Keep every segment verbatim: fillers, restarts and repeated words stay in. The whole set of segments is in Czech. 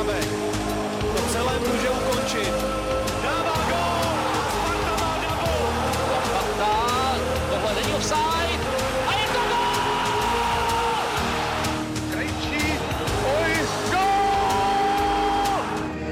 Šrábek. To celé může ukončit. Dává gól! Sparta má na gól! Sparta, tohle není offside. A je to gól! Krejčí, oj, gól!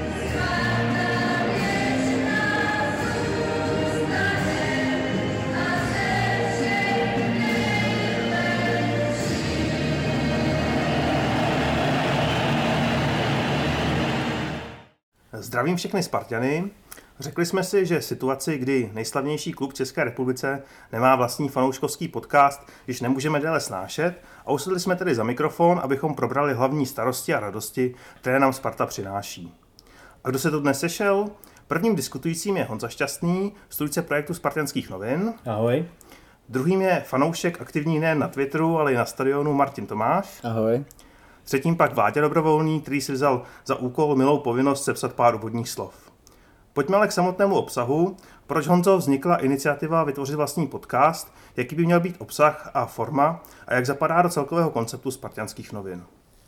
Zdravím všechny Sparťany. Řekli jsme si, že situaci, kdy nejslavnější klub v České republice nemá vlastní fanouškovský podcast, když nemůžeme déle snášet, a usedli jsme tedy za mikrofon, abychom probrali hlavní starosti a radosti, které nám Sparta přináší. A kdo se tu dnes sešel? Prvním diskutujícím je Honza Šťastný, strůjce projektu Spartanských novin. Ahoj. Druhým je fanoušek aktivní nejen na Twitteru, ale i na stadionu Martin Tomáš. Ahoj. Třetím pak Váďa Dobrovolný, který si vzal za úkol milou povinnost sepsat pár úvodních slov. Pojďme ale k samotnému obsahu. Proč, Honzo, vznikla iniciativa vytvořit vlastní podcast, jaký by měl být obsah a forma a jak zapadá do celkového konceptu Spartanských novin?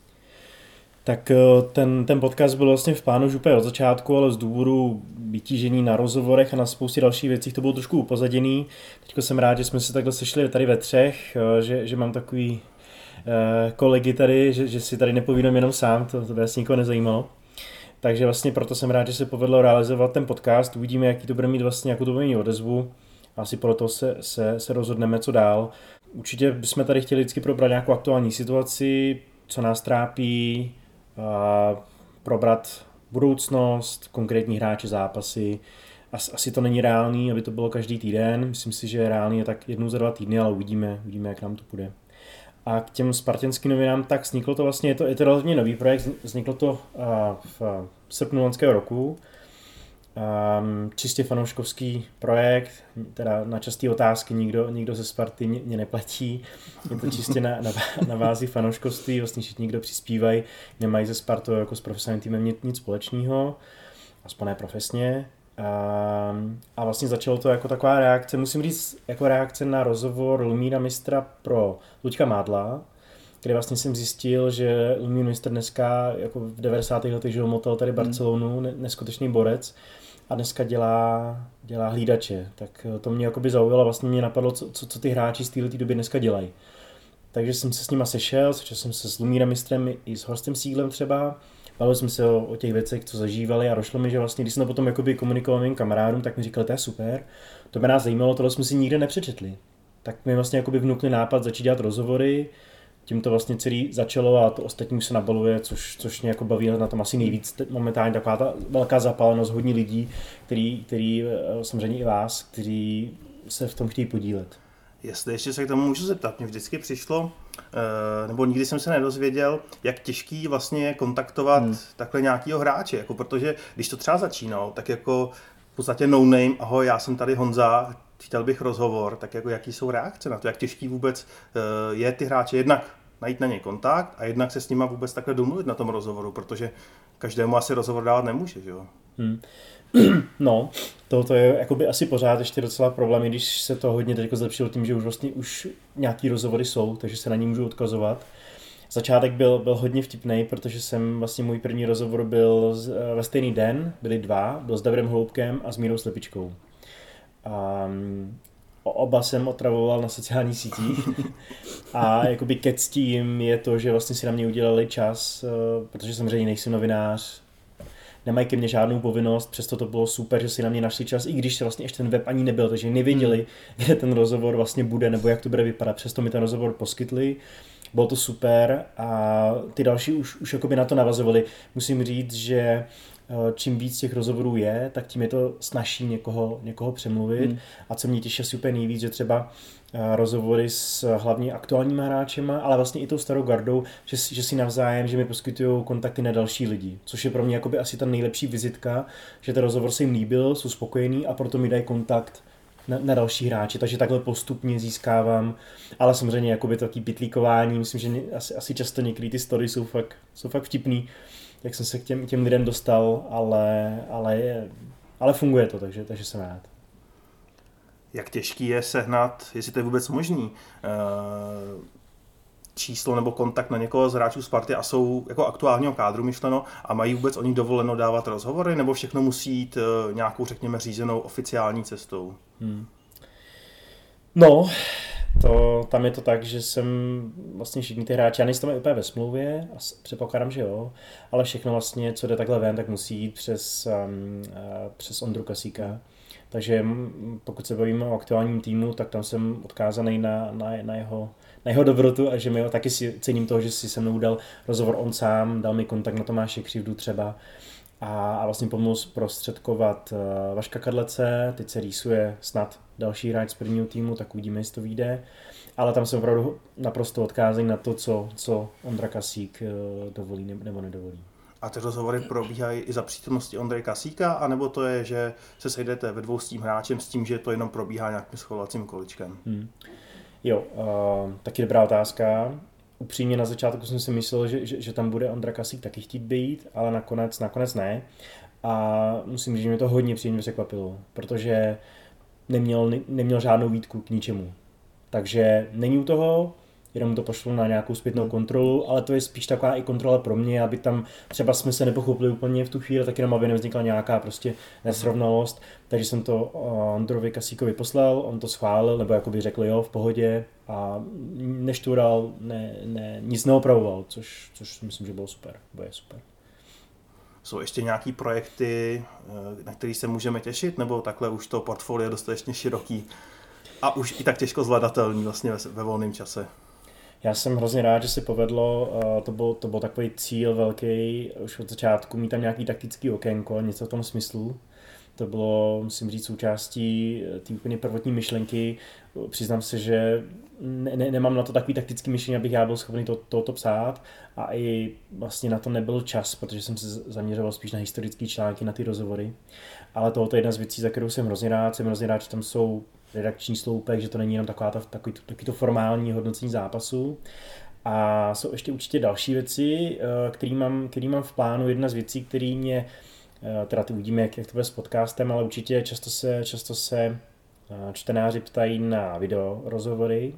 Tak ten, ten podcast byl vlastně v plánu už úplně od začátku, ale z důvodu vytížení na rozhovorech a na spoustě dalších věcí to bylo trošku upozaděný. Teď jsem rád, že jsme se takhle sešli tady ve třech, že, že mám takový uh, kolegy tady, že, že si tady nepovídám jenom sám, to, to by asi nikoho nezajímalo. Takže vlastně proto jsem rád, že se povedlo realizovat ten podcast, uvidíme, jaký to bude mít vlastně, jakou to bude mít odezvu. Asi podle toho se, se, se rozhodneme, co dál. Určitě bychom tady chtěli vždycky probrat nějakou aktuální situaci, co nás trápí, a probrat budoucnost, konkrétní hráče, zápasy. As, asi to není reálný, aby to bylo každý týden. Myslím si, že reálný je tak jednou za dva týdny, ale uvidíme, uvidíme, jak nám to půjde. A k těm spartanským novinám, tak vzniklo to vlastně, je to, je to relativně nový projekt, vzniklo to uh, v srpnu loňského roku. Um, čistě fanouškovský projekt, teda na časté otázky nikdo, nikdo ze Sparty mě, mě neplatí, je to čistě na, na, na vázi fanouškovství, vlastně všichni, kdo přispívají, nemají ze Spartou jako s profesionálním týmem nic, nic společného, aspoň ne profesně. Um, a vlastně začalo to jako taková reakce, musím říct, jako reakce na rozhovor Lumíra Mistra pro Luďka Mádla, kde vlastně jsem zjistil, že Lumír Mistr dneska jako v devadesátých letech žil motel tady Barcelonu, ne, neskutečný borec, a dneska dělá, dělá hlídače. Tak to mě jakoby zaujalo, vlastně mě napadlo, co, co, co ty hráči z této doby dneska dělají. Takže jsem se s nima sešel, sešel jsem se s Lumírem Mistrem i s Horstem Sieglem třeba, bavili jsme se o, o těch věcech, co zažívali, a došlo mi, že vlastně, když jsem to potom jakoby komunikoval mým kamarádům, tak mi říkali, to je super, to by nás zajímalo, tohle jsme si nikde nepřečetli. Tak mi vlastně jakoby vnukli nápad začít dělat rozhovory, tím to vlastně celý začalo a to ostatní už se nabaluje, což, což mě jako baví na tom asi nejvíc. Momentálně taková ta velká zapálenost, hodně lidí, který, který, samozřejmě i vás, kteří se v tom chtějí podílet. Jestli ještě se k tomu můžu zeptat, mě vždycky přišlo, nebo nikdy jsem se nedozvěděl, jak těžký vlastně je kontaktovat hmm. takhle nějakýho hráče, jako protože když to třeba začínalo, tak jako v podstatě no name, ahoj, já jsem tady Honza, chtěl bych rozhovor, tak jako jaký jsou reakce na to, jak těžký vůbec je ty hráče jednak najít na ně kontakt a jednak se s nima vůbec takhle domluvit na tom rozhovoru, protože každému asi rozhovor dávat nemůže, že jo? Hmm. No, to, to je jakoby asi pořád ještě docela problém, když se to hodně teď zlepšilo tím, že už vlastně už nějaký rozhovory jsou, takže se na ně můžu odkazovat. Začátek byl, byl hodně vtipný, protože jsem vlastně můj první rozhovor byl z, ve stejný den, byly dva, byl s Davidem Hloubkem a s Mírou Slepičkou. Um, oba jsem otravoval na sociálních sítích a jakoby ke ctím je to, že vlastně si na mě udělali čas, protože samozřejmě nejsem novinář, nemají ke mně žádnou povinnost, přesto to bylo super, že si na mě našli čas, i když se vlastně ještě ten web ani nebyl, takže nevěděli, kde ten rozhovor vlastně bude nebo jak to bude vypadat, přesto mi ten rozhovor poskytli. Bylo to super a ty další už, už jakoby na to navazovali. Musím říct, že čím víc těch rozhovorů je, tak tím je to snazší někoho, někoho přemluvit. Hmm. A co mě těší asi úplně nejvíc, že třeba rozhovory s hlavně aktuálníma hráčema, ale vlastně i tou starou gardou, že, že si navzájem, že mi poskytují kontakty na další lidi. Což je pro mě jakoby asi ta nejlepší vizitka, že ten rozhovor se jim líbil, jsou spokojení a proto mi dají kontakt na, na další hráči, takže takhle postupně získávám, ale samozřejmě jakoby taky pitlíkování, myslím, že asi, asi často některé ty story jsou fakt, jsou fakt vtipný, jak jsem se k těm, těm lidem dostal, ale, ale, je, ale funguje to, takže, takže jsem rád. Jak těžký je sehnat, jestli to je vůbec možný, číslo nebo kontakt na někoho z hráčů Sparty a jsou jako aktuálního kádru myšleno a mají vůbec oni dovoleno dávat rozhovory, nebo všechno musí jít nějakou, řekněme, řízenou oficiální cestou? Hmm. No, to, tam je to tak, že jsem vlastně všichni ty hráči, já nejsem tam úplně ve smlouvě, a předpokládám, že jo, ale všechno vlastně, co jde takhle ven, tak musí jít přes, um, uh, přes Ondru Kasíka. Takže pokud se bavíme o aktuálním týmu, tak tam jsem odkázaný na, na, na, jeho, na jeho dobrotu a že mi taky si cením toho, že si se mnou dal rozhovor on sám, dal mi kontakt na Tomáše Křivdu třeba a, a vlastně pomohl zprostředkovat uh, Vaška Kadlece, teď se rýsuje snad další hráč z prvního týmu, tak uvidíme, jestli to vyjde. Ale tam jsem opravdu naprosto odkázaný na to, co, co Ondra Kasík uh, dovolí nebo nedovolí. A ty rozhovory probíhají i za přítomnosti Ondřeje Kasíka, anebo to je, že se sejdete ve dvou s tím hráčem s tím, že to jenom probíhá nějakým schovacím količkem? Hmm. Jo, uh, taky dobrá otázka. Upřímně na začátku jsem si myslel, že, že, že tam bude Ondra Kasík taky chtít být, ale nakonec, nakonec ne. A musím říct, že mě to hodně příjemně překvapilo, protože neměl, ne, neměl žádnou výtku k ničemu. Takže není u toho, jenom to pošlu na nějakou zpětnou kontrolu, ale to je spíš taková i kontrola pro mě, aby tam třeba jsme se nepochopili úplně v tu chvíli, tak jenom aby nevznikla nějaká prostě nesrovnalost. Takže jsem to Ondrovi Kasíkovi poslal, on to schválil, nebo jakoby řekl jo, v pohodě a neštural, ne, ne, nic neopravoval, což, což myslím, že bylo super, bo je super. Jsou ještě nějaký projekty, na který se můžeme těšit, nebo takhle už to portfolio je dostatečně široký a už i tak těžko zvladatelný vlastně ve, ve volném čase? Já jsem hrozně rád, že se povedlo, to byl, to byl takový cíl velký, už od začátku mít tam nějaký taktický okénko, něco v tom smyslu. To bylo, musím říct, součástí té úplně prvotní myšlenky. Přiznám se, že ne, ne, nemám na to takový taktický myšlení, abych já byl schopný to, tohoto psát a i vlastně na to nebyl čas, protože jsem se zaměřoval spíš na historické články, na ty rozhovory. Ale tohoto je jedna z věcí, za kterou jsem hrozně rád. Jsem hrozně rád, že tam jsou redakční sloupek, že to není jenom taková ta, takový, takový to formální hodnocení zápasu. A jsou ještě určitě další věci, které mám, který mám v plánu. Jedna z věcí, které mě, teda ty uvidíme, jak, jak to bude s podcastem, ale určitě často se, často se čtenáři ptají na video rozhovory.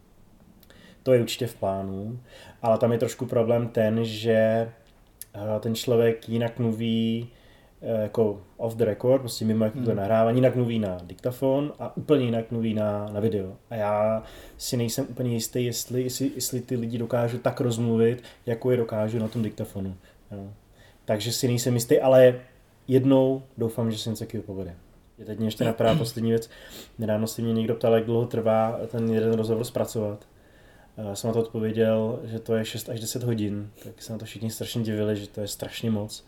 To je určitě v plánu, ale tam je trošku problém ten, že ten člověk jinak mluví jako off the record, prostě mimo jak to nahrávání, jinak mluví na diktafon a úplně jinak mluví na, na video. A já si nejsem úplně jistý, jestli, jestli, jestli ty lidi dokážu tak rozmluvit, jako je dokážu na tom diktafonu. Jo. Takže si nejsem jistý, ale jednou doufám, že se něco takového povede. Teď mě ještě napadá poslední věc. Nedávno se mě někdo ptal, jak dlouho trvá ten jeden rozhovor zpracovat. Já jsem na to odpověděl, že to je šest až deset hodin, tak se na to všichni strašně divili, že to je strašně moc.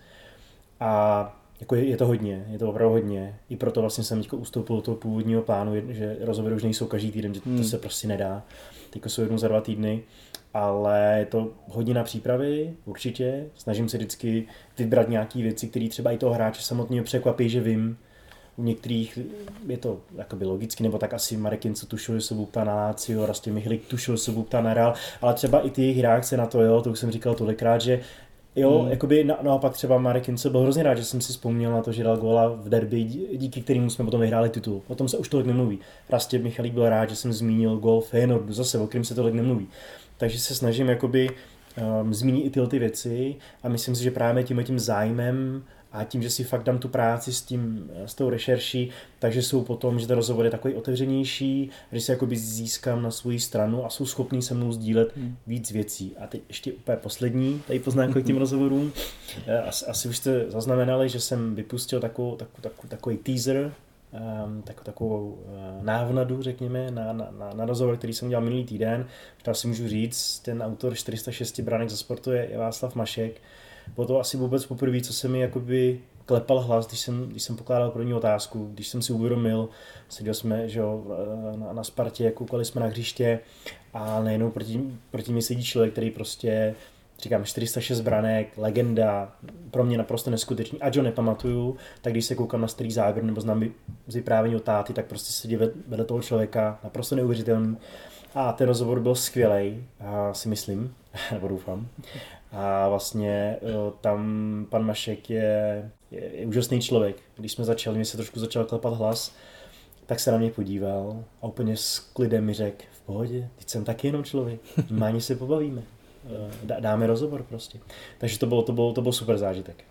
A jako je, je to hodně, je to opravdu hodně. I proto vlastně jsem teďko ustoupil do toho původního plánu, že rozhovory už nejsou každý týden, že to hmm. se prostě nedá. Teďko jsou jednou za dva týdny, ale je to hodina přípravy, určitě. Snažím se vždycky vybrat nějaké věci, které třeba i toho hráče samotného překvapí, že vím. U některých je to jakoby logicky, nebo tak asi Marek Jinco tušil, že se budu ptát na Lazio, Rastě Michlik tušil, že se budu ptát na Real, ale třeba i ty jejich reakce na to, jo, to už jsem říkal tolikrát, že jo, hmm. jakoby na, naopak třeba Marek Jinco byl hrozně rád, že jsem si vzpomněl na to, že dal góla v derby, díky kterému jsme potom vyhráli titul. O tom se už tolik nemluví. Rastě Michalík byl rád, že jsem zmínil gól Feyenoordu, zase o kterém se tolik nemluví. Takže se snažím jakoby um, zmínit i tyhle ty věci a myslím si, že právě tím tím zájmem a tím, že si fakt dám tu práci s tím, s tou rešerší, takže jsou potom, že ten rozhovor je takový otevřenější, že se jakoby získám na svou stranu a jsou schopní se mnou sdílet hmm. víc věcí. A teď ještě úplně poslední, tady poznámka k těm rozhovorům. Asi, asi už jste zaznamenali, že jsem vypustil takovou, takovou, takovou, takový teaser, um, takovou, takovou uh, návnadu, řekněme, na, na, na, na rozhovor, který jsem dělal minulý týden. Tady si můžu říct, ten autor čtyři sta šest branek za sportu je Václav Mašek. Bylo to asi vůbec poprvé, co se mi jakoby klepal hlas, když jsem, když jsem pokládal první otázku, když jsem si uvědomil, seděli jsme že jo, na, na Spartě, koukali jsme na hřiště a nejenom proti, proti mě sedí člověk, který prostě, říkám, čtyři sta šest branek, legenda, pro mě naprosto neskutečný, ať ho nepamatuju, tak když se koukám na starý záběr nebo znám z vyprávění o táty, tak prostě sedí vedle toho člověka, naprosto neuvěřitelný. A ten rozhovor byl skvělej, si myslím, nebo doufám. A vlastně tam pan Mašek je, je, je úžasný člověk. Když jsme začali, mě se trošku začal klepat hlas, tak se na mě podíval a úplně s klidem mi řekl, v pohodě, teď jsem taky jenom člověk, máně se pobavíme, Dá, dáme rozhovor prostě. Takže to bylo, to bylo, to byl super zážitek.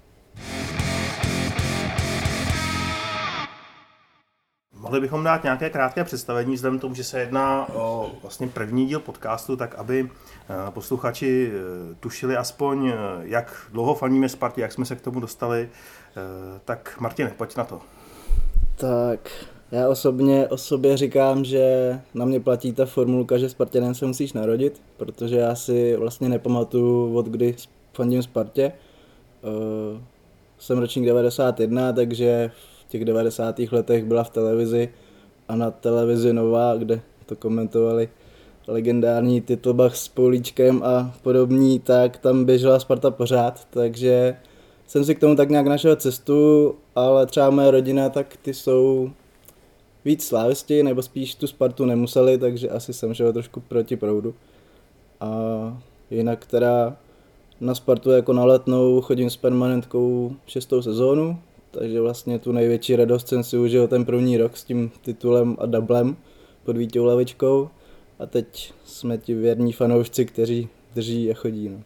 Mohli bychom dát nějaké krátké představení, vzhledem k tomu, že se jedná o vlastně první díl podcastu, tak aby posluchači tušili aspoň, jak dlouho fandíme Spartě, jak jsme se k tomu dostali. Tak Martine, pojď na to. Tak já osobně o sobě říkám, že na mě platí ta formulka, že Spartanem se musíš narodit, protože já si vlastně nepamatuju, od kdy fandím Spartě. Jsem ročník devadesát jedna, takže v těch devadesátých letech byla v televizi a na televizi Nova, kde to komentovali legendární Titlbach s Políčkem a podobní, tak tam běžela Sparta pořád, takže jsem si k tomu tak nějak našel cestu, ale třeba moje rodina, tak ty jsou víc slávisti, nebo spíš tu Spartu nemuseli, takže asi jsem šel trošku proti proudu. A jinak teda na Spartu jako na Letnou chodím s permanentkou šestou sezónu, takže vlastně tu největší radost jsem si užil ten první rok s tím titulem a dublem pod Vítěou Lavičkou a teď jsme ti věrní fanoušci, kteří drží a chodí. No.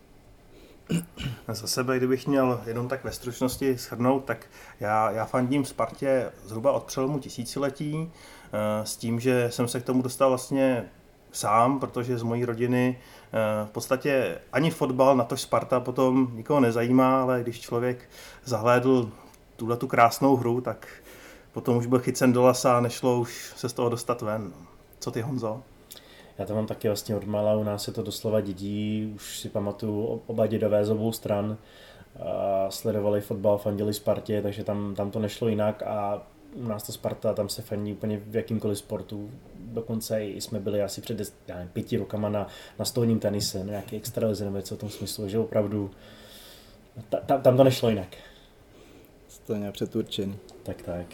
Za sebe, kdybych měl jenom tak ve stručnosti shrnout, tak já, já fandím Spartě zhruba od přelomu tisíciletí s tím, že jsem se k tomu dostal vlastně sám, protože z mojí rodiny v podstatě ani fotbal, natož Sparta potom nikoho nezajímá, ale když člověk zahlédl tuhletu krásnou hru, tak potom už byl chycen do lesa a nešlo už se z toho dostat ven. Co ty, Honzo? Já to mám taky vlastně od mala, u nás se to doslova dědí, už si pamatuju oba dědové z obou stran, a sledovali fotbal, fandili Spartě, takže tam, tam to nešlo jinak a u nás to Sparta, tam se fandí úplně v jakýmkoliv sportu, dokonce i jsme byli asi před des, nevím, pěti rokama na, na stolním tenise, nějaký extralize nebo něco v tom smyslu, že opravdu ta, tam, tam to nešlo jinak. To nějak předurčený. Tak, tak.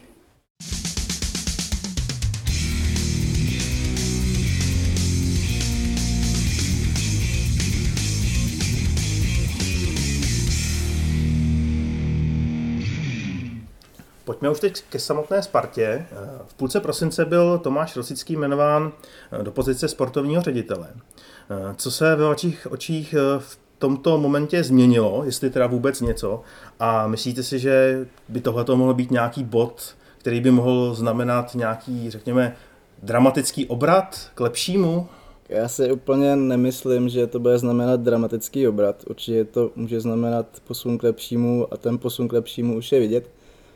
Pojďme už teď ke samotné Spartě. V půlce prosince byl Tomáš Rosický jmenován do pozice sportovního ředitele. Co se ve vašich očích v tomto momentě změnilo, jestli teda vůbec něco, a myslíte si, že by tohleto mohl být nějaký bod, který by mohl znamenat nějaký, řekněme, dramatický obrat k lepšímu? Já si úplně nemyslím, že to bude znamenat dramatický obrat. Určitě to může znamenat posun k lepšímu a ten posun k lepšímu už je vidět.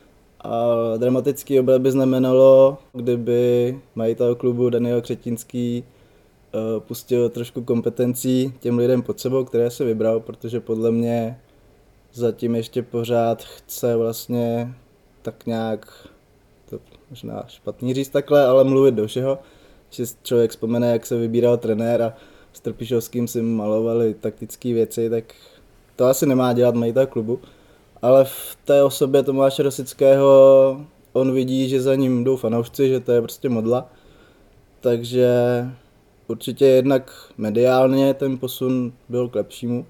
A dramatický obrat by znamenalo, kdyby majitel klubu Daniel Křetínský pustil trošku kompetencí těm lidem pod sebou, které se vybral, protože podle mě zatím ještě pořád chce vlastně tak nějak, to možná špatný říct takhle, ale mluvit do všeho. Že člověk vzpomene, jak se vybíral trenér a s Trpišovským si malovali taktické věci, tak to asi nemá dělat majitel klubu. Ale v té osobě Tomáše Rosického on vidí, že za ním jdou fanoušci, že to je prostě modla. Takže určitě jednak mediálně ten posun byl k lepšímu.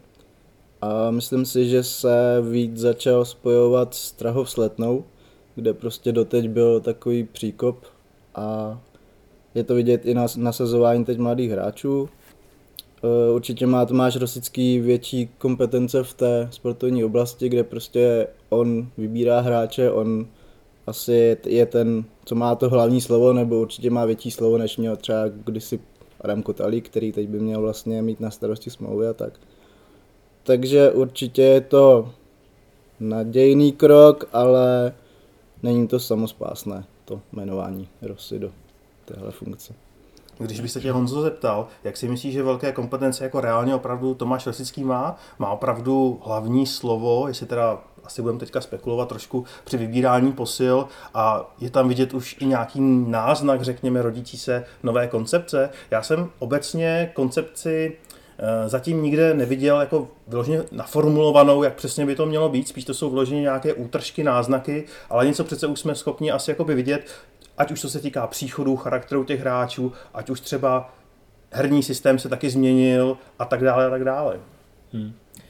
A myslím si, že se víc začal spojovat s Trahou s Letnou, kde prostě doteď byl takový příkop a je to vidět i na nasazování teď mladých hráčů. Určitě má Tomáš Rosický větší kompetence v té sportovní oblasti, kde prostě on vybírá hráče, on asi je ten, co má to hlavní slovo, nebo určitě má větší slovo, než měl třeba kdysi Adam Kotalík, který teď by měl vlastně mít na starosti smlouvy a tak. Takže určitě je to nadějný krok, ale není to samospásné, to jmenování Rosy do téhle funkce. Když bych se tě, Honzo, zeptal, jak si myslíš, že velké kompetence jako reálně opravdu Tomáš Rosický má? Má opravdu hlavní slovo, jestli teda asi budeme teďka spekulovat trošku při vybírání posil a je tam vidět už i nějaký náznak, řekněme, rodící se nové koncepce. Já jsem obecně koncepci zatím nikde neviděl jako vyloženě naformulovanou, jak přesně by to mělo být, spíš to jsou vyloženě nějaké útržky, náznaky, ale něco přece už jsme schopni asi jakoby vidět, ať už to se týká příchodů, charakteru těch hráčů, ať už třeba herní systém se taky změnil a tak dále a tak dále. Hmm.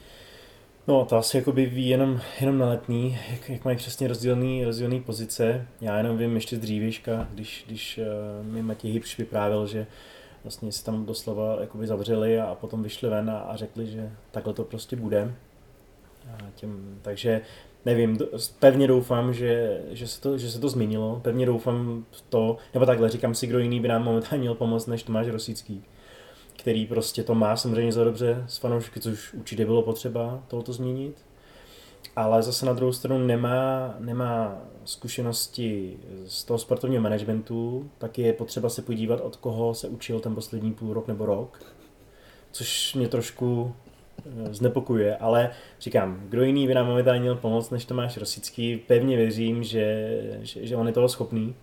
No to asi jakoby ví jenom, jenom na Letný, jak, jak mají přesně rozdělený, rozdělený pozice. Já jenom vím ještě z dřívějška, když, když uh, mi Matěj Hybš vyprávěl, že vlastně si tam doslova jakoby zavřeli a potom vyšli ven a, a řekli, že takhle to prostě bude. A těm, takže nevím, pevně doufám, že, že, se to, že se to změnilo, pevně doufám v to, nebo takhle říkám si, kdo jiný by nám momentálně měl pomoct než Tomáš Rosický, který prostě to má samozřejmě za dobře s fanoušky, což určitě bylo potřeba tohoto změnit, ale zase na druhou stranu nemá, nemá zkušenosti z toho sportovního managementu, tak je potřeba se podívat, od koho se učil ten poslední půl rok nebo rok, což mě trošku znepokojuje, ale říkám, kdo jiný by nám momentálně měl pomoct než Tomáš Rosický, pevně věřím, že, že, že on je toho schopný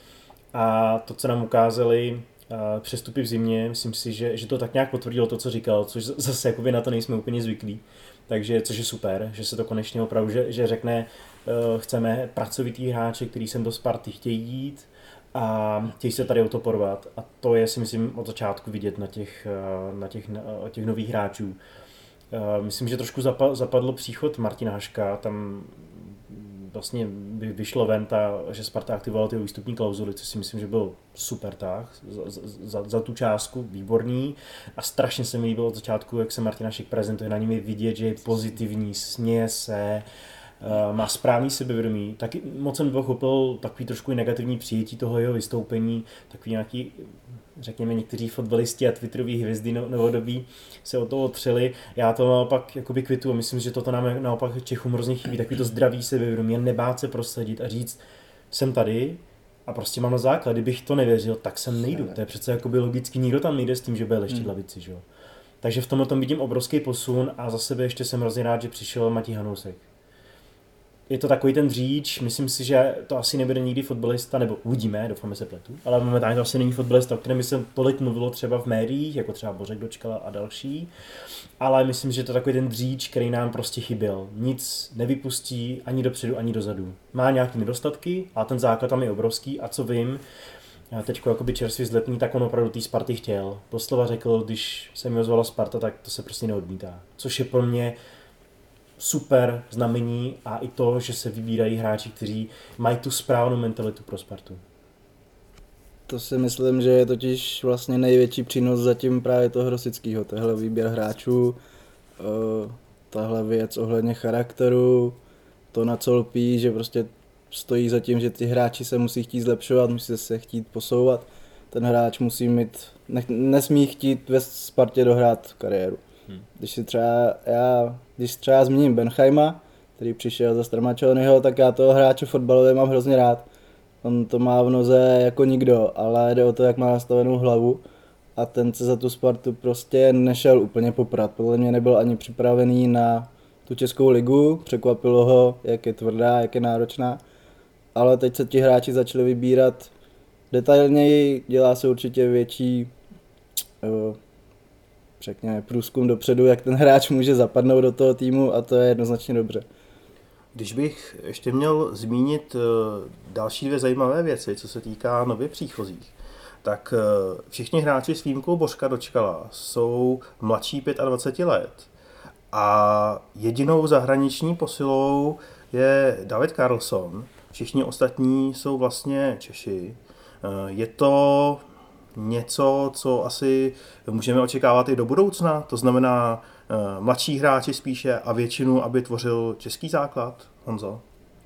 a to, co nám ukázali přestupy v zimě, myslím si, že, že to tak nějak potvrdilo to, co říkal, což zase jakoby na to nejsme úplně zvyklí, takže což je super, že se to konečně opravdu, že, že řekne, uh, chceme pracovitý hráče, který sem do Sparty chtějí jít a chtějí se tady o to porvat a to je si myslím od začátku vidět na těch, na těch, na těch nových hráčů. Myslím, že trošku zapadl příchod Martina Haška, tam vlastně vyšlo ven, ta, že Sparta aktivovala ty výstupní klauzuly, což si myslím, že byl super tah za, za, za tu částku, výborný a strašně se mi líbilo od začátku, jak se Martin Hašek prezentuje, na něm je vidět, že je pozitivní, směje se, má správný sebevědomí, taky moc jsem pochopil takový trošku negativní přijetí toho jeho vystoupení, takový nějaký, řekněme, někteří fotbalisti a twitteroví hvězdy novodobí se o to otřeli. Já to naopak jakoby kvitu a myslím, že toto nám naopak Čechům hrozně chybí, takový to zdravý sebevědomí, nebát se prosadit a říct, jsem tady a prostě mám na základ, kdybych to nevěřil, tak sem nejdu. To je přece jakoby logicky, nikdo tam nejde s tím, že bude leštit lavici, že jo. Takže v tomhle tom vidím obrovský posun a za sebe ještě jsem hrozně rád, že přišel Matěj Hanousek. Je to takový ten dříč, myslím si, že to asi nebude nikdy fotbalista, nebo uvidíme, doufáme se pletu, ale momentálně to asi není fotbalista, o kterém by se tolik mluvilo třeba v médiích, jako třeba Bořek Dočkala a další, ale myslím, že to je takový ten dříč, který nám prostě chyběl. Nic nevypustí ani dopředu, ani dozadu. Má nějaké nedostatky, ale ten základ tam je obrovský a co vím, teďko jakoby čerstvě zletný, tak on opravdu té Sparty chtěl. Doslova řekl, když se mi ozvala Sparta, tak to se prostě neodmítá. Což je pro mě super znamení a i to, že se vybírají hráči, kteří mají tu správnou mentalitu pro Spartu. To si myslím, že je totiž vlastně největší přínos zatím právě toho Rosického. Tehle výběr hráčů, tahle věc ohledně charakteru, to na co lpí, že prostě stojí za tím, že ty hráči se musí chtít zlepšovat, musí se chtít posouvat. Ten hráč musí mít, ne, nesmí chtít ve Spartě dohrát kariéru. Hmm. Když si třeba já, když třeba zmíním Benchajma, který přišel za Stramačonyho, tak já toho hráče fotbalově mám hrozně rád. On to má v noze jako nikdo, ale jde o to, jak má nastavenou hlavu a ten se za tu Spartu prostě nešel úplně poprat. Podle mě nebyl ani připravený na tu českou ligu, překvapilo ho, jak je tvrdá, jak je náročná, ale teď se ti hráči začali vybírat detailněji, dělá se určitě větší uh, řekněme, průzkum dopředu, jak ten hráč může zapadnout do toho týmu a to je jednoznačně dobře. Když bych ještě měl zmínit další dvě zajímavé věci, co se týká nově příchozích, tak všichni hráči s výjimkou Bořka Dočkala jsou mladší dvacet pět let a jedinou zahraniční posilou je David Carlson. Všichni ostatní jsou vlastně Češi. Je to něco, co asi můžeme očekávat i do budoucna, to znamená uh, mladší hráči spíše a většinu, aby tvořil český základ, Honzo?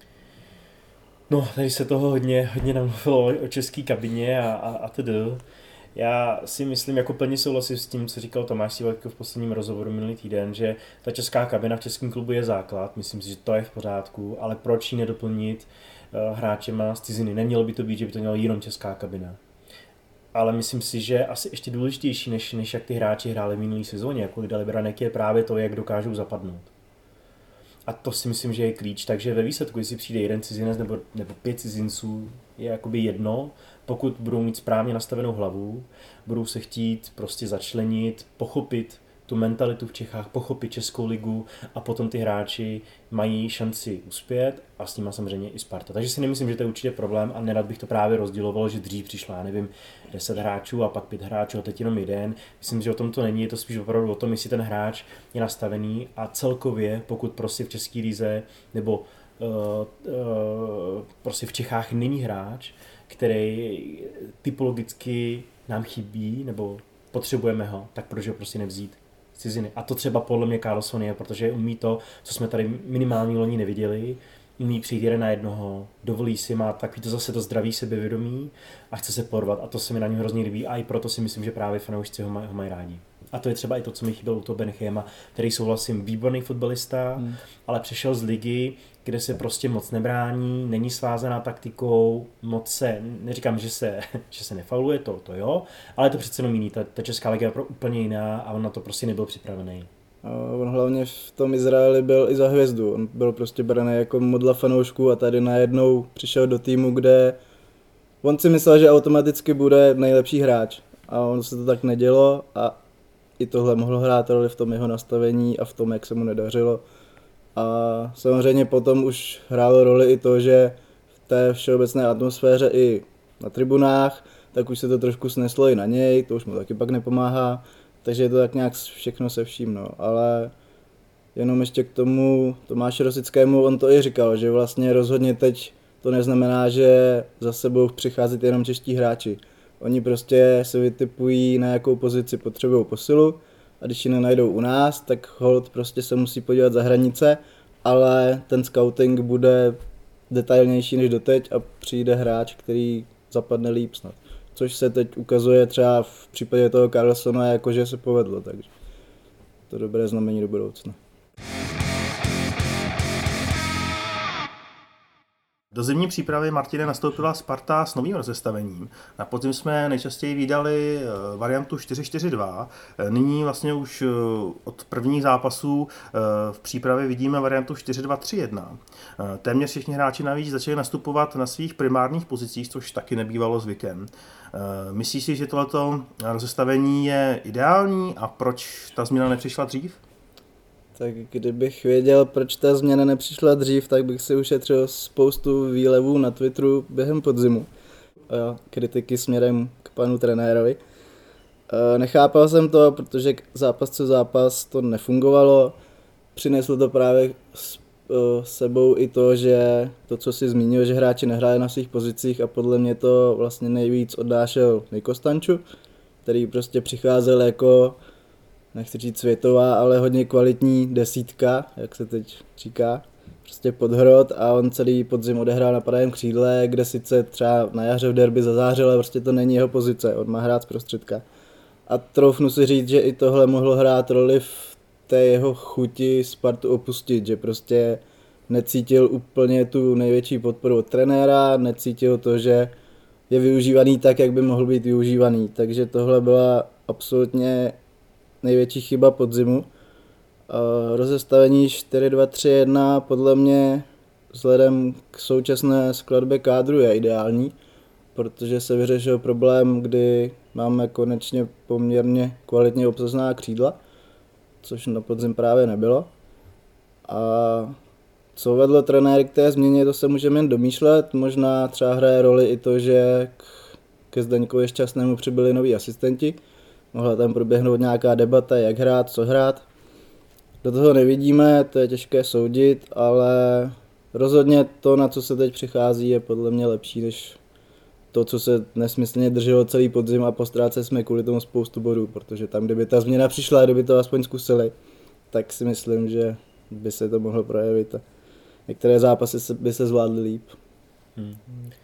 No, tady se toho hodně, hodně namluvilo o české kabině a, a, a td. Já si myslím, jako plně souhlasím s tím, co říkal Tomáš Sivek v posledním rozhovoru minulý týden, že ta česká kabina v českém klubu je základ, myslím si, že to je v pořádku, ale proč ji nedoplnit uh, hráčema z ciziny? Nemělo by to být, že by to měla jenom česká kabina. Ale myslím si, že asi ještě důležitější, než, než jak ty hráči hráli v minulý sezóně, jako Lidali Branek, je právě to, jak dokážou zapadnout. A to si myslím, že je klíč. Takže ve výsledku, jestli přijde jeden cizinec nebo, nebo pět cizinců, je jakoby jedno, pokud budou mít správně nastavenou hlavu, budou se chtít prostě začlenit, pochopit tu mentalitu v Čechách, pochopit Českou ligu a potom ty hráči mají šanci uspět a s nima samozřejmě i Sparta. Takže si nemyslím, že to je určitě problém a nerad bych to právě rozděloval, že dřív přišla, nevím, deset hráčů a pak pět hráčů a teď jenom jeden. Myslím, že o tom to není, je to spíš opravdu o tom, jestli ten hráč je nastavený a celkově, pokud prostě v České lize nebo uh, uh, prostě v Čechách není hráč, který typologicky nám chybí, nebo potřebujeme ho, tak proč ho prostě nevzít z ciziny. A to třeba podle mě Karlsson je, protože umí to, co jsme tady minimální loni neviděli, umí přijít jeden na jednoho, dovolí si, má takový to zase to zdravý sebevědomí a chce se porvat a to se mi na něm hrozně líbí a i proto si myslím, že právě fanoušci ho, maj, ho mají rádi. A to je třeba i to, co mi chybělo u toho Benchema, který souhlasím, výborný fotbalista, hmm. ale přešel z ligy, kde se prostě moc nebrání, není svázaná taktikou, moc se, neříkám, že se, že se nefauluje, to, to jo, ale je to přece jenom jiný, ta, ta česká liga je úplně jiná a on na to prostě nebyl připravený. A on hlavně v tom Izraeli byl i za hvězdu, on byl prostě braný jako modla fanoušků a tady najednou přišel do týmu, kde on si myslel, že automaticky bude nejlepší hráč a on se to tak nedělo a i tohle mohlo hrát roli v tom jeho nastavení a v tom, jak se mu nedařilo. A samozřejmě potom už hrálo roli i to, že v té všeobecné atmosféře i na tribunách, tak už se to trošku sneslo i na něj, to už mu taky pak nepomáhá. Takže je to tak nějak všechno se vším, no. Ale jenom ještě k tomu Tomáši Rosickému, on to i říkal, že vlastně rozhodně teď to neznamená, že za sebou přichází jenom čeští hráči. Oni prostě se vytipují, na jakou pozici potřebují posilu a když ji nenajdou u nás, tak hold prostě se musí podívat za hranice, ale ten scouting bude detailnější než doteď a přijde hráč, který zapadne líp snad. Což se teď ukazuje třeba v případě toho Karlssona, jakože se povedlo, takže to dobré znamení do budoucna. Do zimní přípravy, Martine, nastoupila Sparta s novým rozestavením. Na podzim jsme nejčastěji vídali variantu čtyři čtyři dva. Nyní vlastně už od prvních zápasů v přípravě vidíme variantu čtyři dva tři jedna. Téměř všichni hráči navíc začali nastupovat na svých primárních pozicích, což taky nebývalo zvykem. Myslíš si, že tohleto rozestavení je ideální a proč ta změna nepřišla dřív? Tak kdybych věděl, proč ta změna nepřišla dřív, tak bych si ušetřil spoustu výlevů na Twitteru během podzimu. A kritiky směrem k panu trenérovi. A nechápal jsem to, protože zápas co zápas to nefungovalo. Přineslo to právě s sebou i to, že to, co si zmínil, že hráči nehráli na svých pozicích a podle mě to vlastně nejvíc odnášel Niko Stanču, který prostě přicházel jako, nechci říct světová, ale hodně kvalitní desítka, jak se teď říká, prostě podhrot a on celý podzim odehrál na pravém křídle, kde sice třeba na jaře v derby zazářil, ale prostě to není jeho pozice, on má hrát z prostředka. A troufnu si říct, že i tohle mohlo hrát roli v té jeho chuti Spartu opustit, že prostě necítil úplně tu největší podporu od trenéra, necítil to, že je využívaný tak, jak by mohl být využívaný, takže tohle byla absolutně největší chyba podzimu. Rozestavení čtyři dva tři jedna podle mě vzhledem k současné skladbě kádru je ideální, protože se vyřešil problém, kdy máme konečně poměrně kvalitně obsazená křídla, což na podzim právě nebylo. A co vedlo trenéry k té změně, to se můžeme jen domýšlet, možná třeba hraje roli i to, že ke Zdeňkovi Šťastnému přibyli noví asistenti, mohla tam proběhnout nějaká debata, jak hrát, co hrát. Do toho nevidíme, to je těžké soudit, ale rozhodně to, na co se teď přichází, je podle mě lepší, než to, co se nesmyslně drželo celý podzim a postráceli jsme kvůli tomu spoustu bodů, protože tam, kdyby ta změna přišla, kdyby to aspoň zkusili, tak si myslím, že by se to mohlo projevit a některé zápasy by se zvládly líp. Hmm.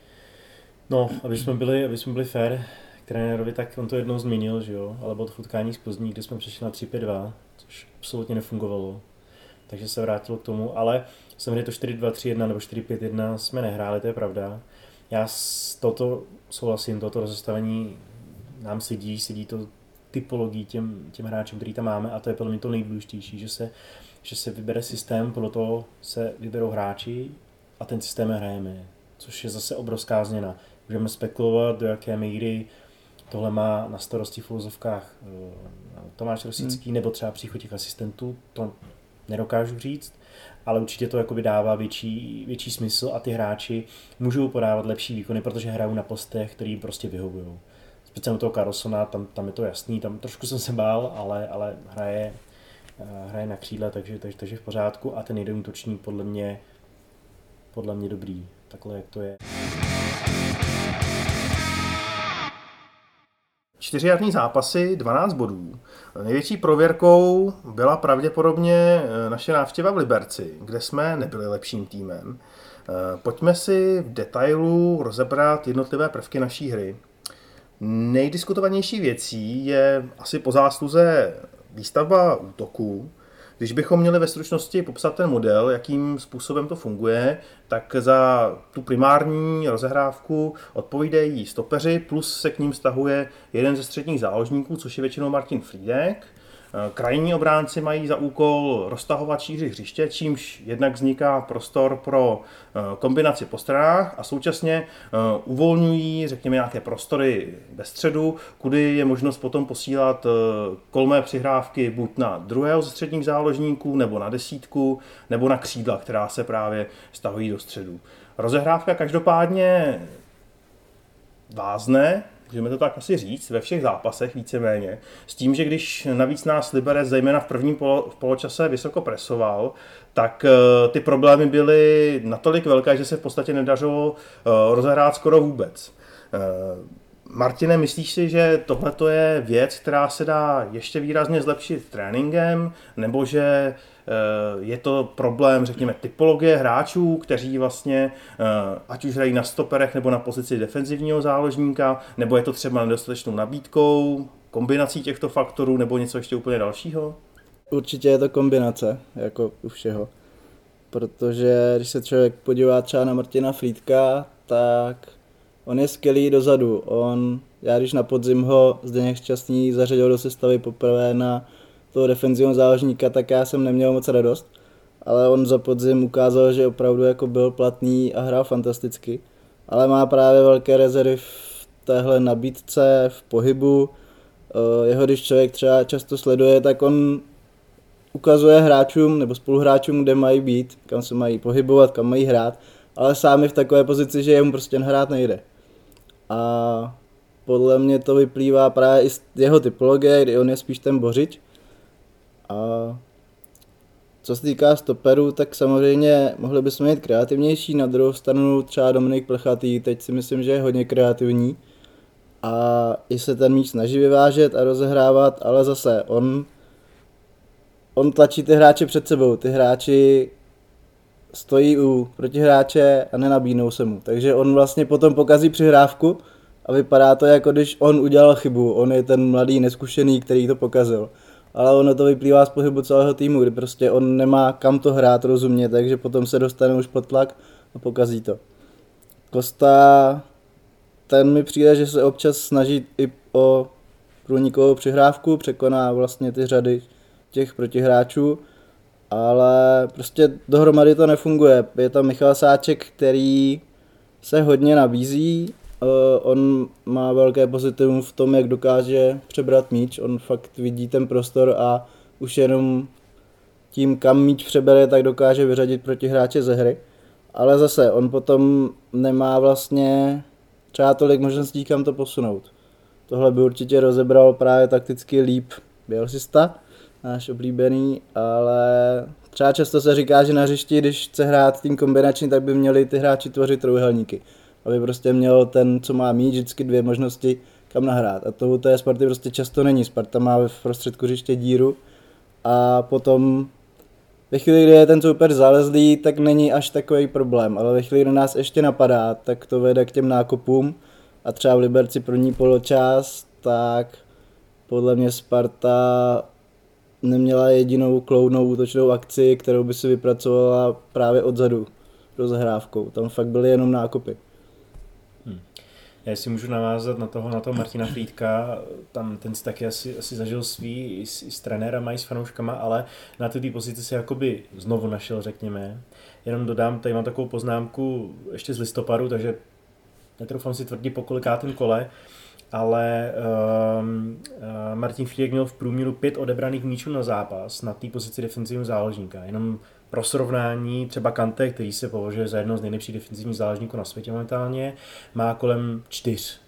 No, aby jsme byli, aby jsme byli fair k trenérovi, tak on to jednou zmínil, že jo, ale bylo to v utkání z Plzní, kdy jsme přešli na tři pět dva, což absolutně nefungovalo, takže se vrátilo k tomu, ale samozřejmě to čtyři dva tři jedna nebo čtyři pět jedna jsme nehráli, to je pravda. Já s toto souhlasím, toto rozestavení nám sedí, sedí to typologii těm, těm hráčům, který tam máme a to je podle mě to nejdůležitější, že se, že se vybere systém, podle toho se vyberou hráči a ten systém hrajeme, což je zase obrovská změna. Můžeme spekulovat, do jaké míry tohle má na starosti v uvozovkách Tomáš Rosický hmm. nebo třeba příchod těch asistentů, to nedokážu říct, ale určitě to jakoby dává větší, větší smysl a ty hráči můžou podávat lepší výkony, protože hrajou na postech, který jim prostě vyhovují. Speciálně toho Karlssona, tam, tam je to jasný, tam trošku jsem se bál, ale, ale hraje, hraje na křídle, takže, takže, takže v pořádku a ten jeden útočník podle mě, podle mě dobrý, takhle jak to je. čtyři jarní zápasy, dvanáct bodů. Největší prověrkou byla pravděpodobně naše návštěva v Liberci, kde jsme nebyli lepším týmem. Pojďme si v detailu rozebrat jednotlivé prvky naší hry. Nejdiskutovanější věcí je asi po zásluze výstavba útoků. Když bychom měli ve stručnosti popsat ten model, jakým způsobem to funguje, tak za tu primární rozehrávku odpovídají stopeři, plus se k ním stahuje jeden ze středních záložníků, což je většinou Martin Frýdek. Krajní obránci mají za úkol roztahovat šíři hřiště, čímž jednak vzniká prostor pro kombinaci po stranách a současně uvolňují, řekněme, nějaké prostory ve středu, kudy je možnost potom posílat kolmé přihrávky buď na druhého ze středních záložníků, nebo na desítku, nebo na křídla, která se právě stahují do středu. Rozehrávka každopádně vázne, můžeme to tak asi říct, ve všech zápasech víceméně, s tím, že když navíc nás Liberec zejména v prvním polo, v poločase vysoko presoval, tak uh, ty problémy byly natolik velké, že se v podstatě nedařilo uh, rozehrát skoro vůbec. Uh, Martine, myslíš si, že tohle je věc, která se dá ještě výrazně zlepšit tréninkem, nebo že je to problém, řekněme, typologie hráčů, kteří vlastně, ať už hrají na stoperech nebo na pozici defenzivního záložníka, nebo je to třeba nedostatečnou nabídkou, kombinací těchto faktorů, nebo něco ještě úplně dalšího? Určitě je to kombinace, jako u všeho. Protože když se člověk podívá třeba na Martina Frýdka, tak on je skvělý dozadu. On, já když na podzim ho Zdeněk Šťastný zařadil do sestavy poprvé na toho defenzivního záložníka, tak já jsem neměl moc radost. Ale on za podzim ukázal, že opravdu jako byl platný a hrál fantasticky. Ale má právě velké rezervy v téhle nabídce, v pohybu. Jeho, když člověk třeba často sleduje, tak on ukazuje hráčům nebo spoluhráčům, kde mají být, kam se mají pohybovat, kam mají hrát, ale sám je v takové pozici, že jemu prostě hrát nejde. A podle mě to vyplývá právě i z jeho typologie, kdy on je spíš ten bořič. A co se týká stoperů, tak samozřejmě mohli bychom být kreativnější, na druhou stranu třeba Dominik Plechatý, teď si myslím, že je hodně kreativní a i se ten míč snaží vyvážet a rozehrávat, ale zase on, on tlačí ty hráče před sebou, ty hráči stojí u protihráče a nenabídnou se mu, takže on vlastně potom pokazí přihrávku a vypadá to, jako když on udělal chybu, on je ten mladý neskušený, který to pokazil. Ale ono to vyplývá z pohybu celého týmu, kdy prostě on nemá kam to hrát rozumně, takže potom se dostane už pod tlak a pokazí to. Costa, ten mi přijde, že se občas snaží i o průnikovou přihrávku, překoná vlastně ty řady těch protihráčů, ale prostě dohromady to nefunguje. Je tam Michal Sáček, který se hodně nabízí, on má velké pozitivum v tom, jak dokáže přebrat míč, on fakt vidí ten prostor a už jenom tím, kam míč přebere, tak dokáže vyřadit protihráče ze hry. Ale zase, on potom nemá vlastně třeba tolik možností, kam to posunout. Tohle by určitě rozebral právě takticky líp Bělsista, náš oblíbený, ale třeba často se říká, že na hřišti, když chce hrát tým kombinační, tak by měli ty hráči tvořit trojúhelníky. Aby prostě měl ten, co má mít, vždycky dvě možnosti, kam nahrát. A to u té Sparty prostě často není. Sparta má v prostředku hřiště díru a potom ve chvíli, kdy je ten soupeř zalezlý, tak není až takový problém. Ale ve chvíli, kdy nás ještě napadá, tak to vede k těm nákopům. A třeba v Liberci první poločas, tak podle mě Sparta neměla jedinou kloudnou útočnou akci, kterou by si vypracovala právě odzadu rozehrávkou. Tam fakt byly jenom nákopy. Hmm. Já si můžu navázat na toho, na toho Martina Frýdka, tam ten si taky asi, asi zažil svý i s, i s trenérama, i s fanouškama, ale na té pozici si jakoby znovu našel, řekněme. Jenom dodám, tady mám takovou poznámku ještě z listopadu, takže netroufám si tvrdit po kolikátém kole, ale um, uh, Martin Frýdek měl v průměru pět odebraných míčů na zápas na té pozici defenzivního záložníka. Jenom pro srovnání třeba Kante, který se považuje za jedno z nejlepších defenzivních záložníků na světě momentálně, má kolem čtyř.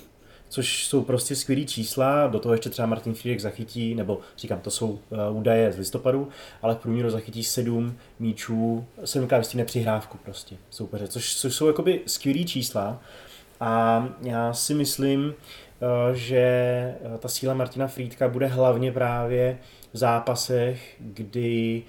Což jsou prostě skvělý čísla, do toho ještě třeba Martin Frýdek zachytí, nebo říkám, to jsou uh, údaje z listopadu, ale v průměru zachytí sedm míčů, sedmkrát vystihne přihrávku prostě soupeře, což, což jsou jakoby skvělý čísla. A já si myslím, že ta síla Martina Frýdka bude hlavně právě v zápasech, kdy,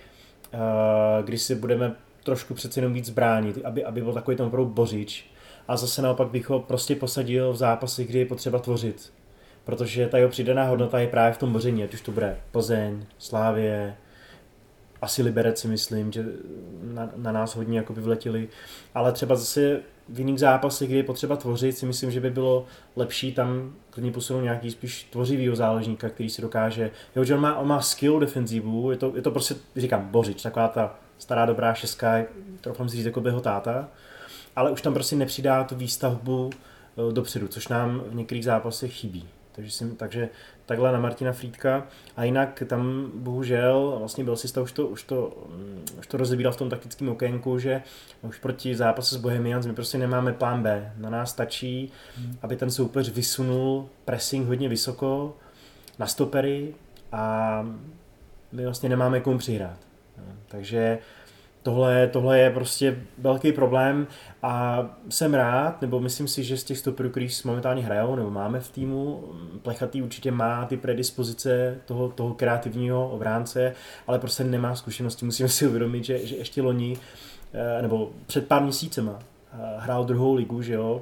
kdy si budeme trošku přece jenom víc bránit, aby, aby byl takový ten opravdu bořič. A zase naopak bych ho prostě posadil v zápasech, kdy je potřeba tvořit. Protože ta jeho přidaná hodnota je právě v tom boření, ať už to bude Plzeň, Slávie, asi Liberec si myslím, že na, na nás hodně jakoby vletěli, ale třeba zase v jiných zápasech, kdy je potřeba tvořit, si myslím, že by bylo lepší tam klidně posunout nějaký spíš tvořivýho záložníka, který si dokáže, jo, že on má, on má skill defenzivu, je to, je to prostě, říkám, bořič, taková ta stará dobrá šestka, troufám si říct, jako by jeho táta, ale už tam prostě nepřidá tu výstavbu dopředu, což nám v některých zápasech chybí. Takže, si, takže takhle na Martina Frýdka. A jinak tam bohužel, vlastně byl si už to, už to, už to rozebíral v tom taktickém okénku, že už proti zápasu s Bohemians my prostě nemáme plán B. Na nás stačí, aby ten soupeř vysunul pressing hodně vysoko na stopery a my vlastně nemáme komu přihrát. Takže Tohle, tohle je prostě velký problém a jsem rád, nebo myslím si, že z těch stoperů, který momentálně hrajou, nebo máme v týmu, Plechatý určitě má ty predispozice toho, toho kreativního obránce, ale prostě nemá zkušenosti. Musíme si uvědomit, že, že ještě loni, nebo před pár měsícema hrál druhou ligu, že jo,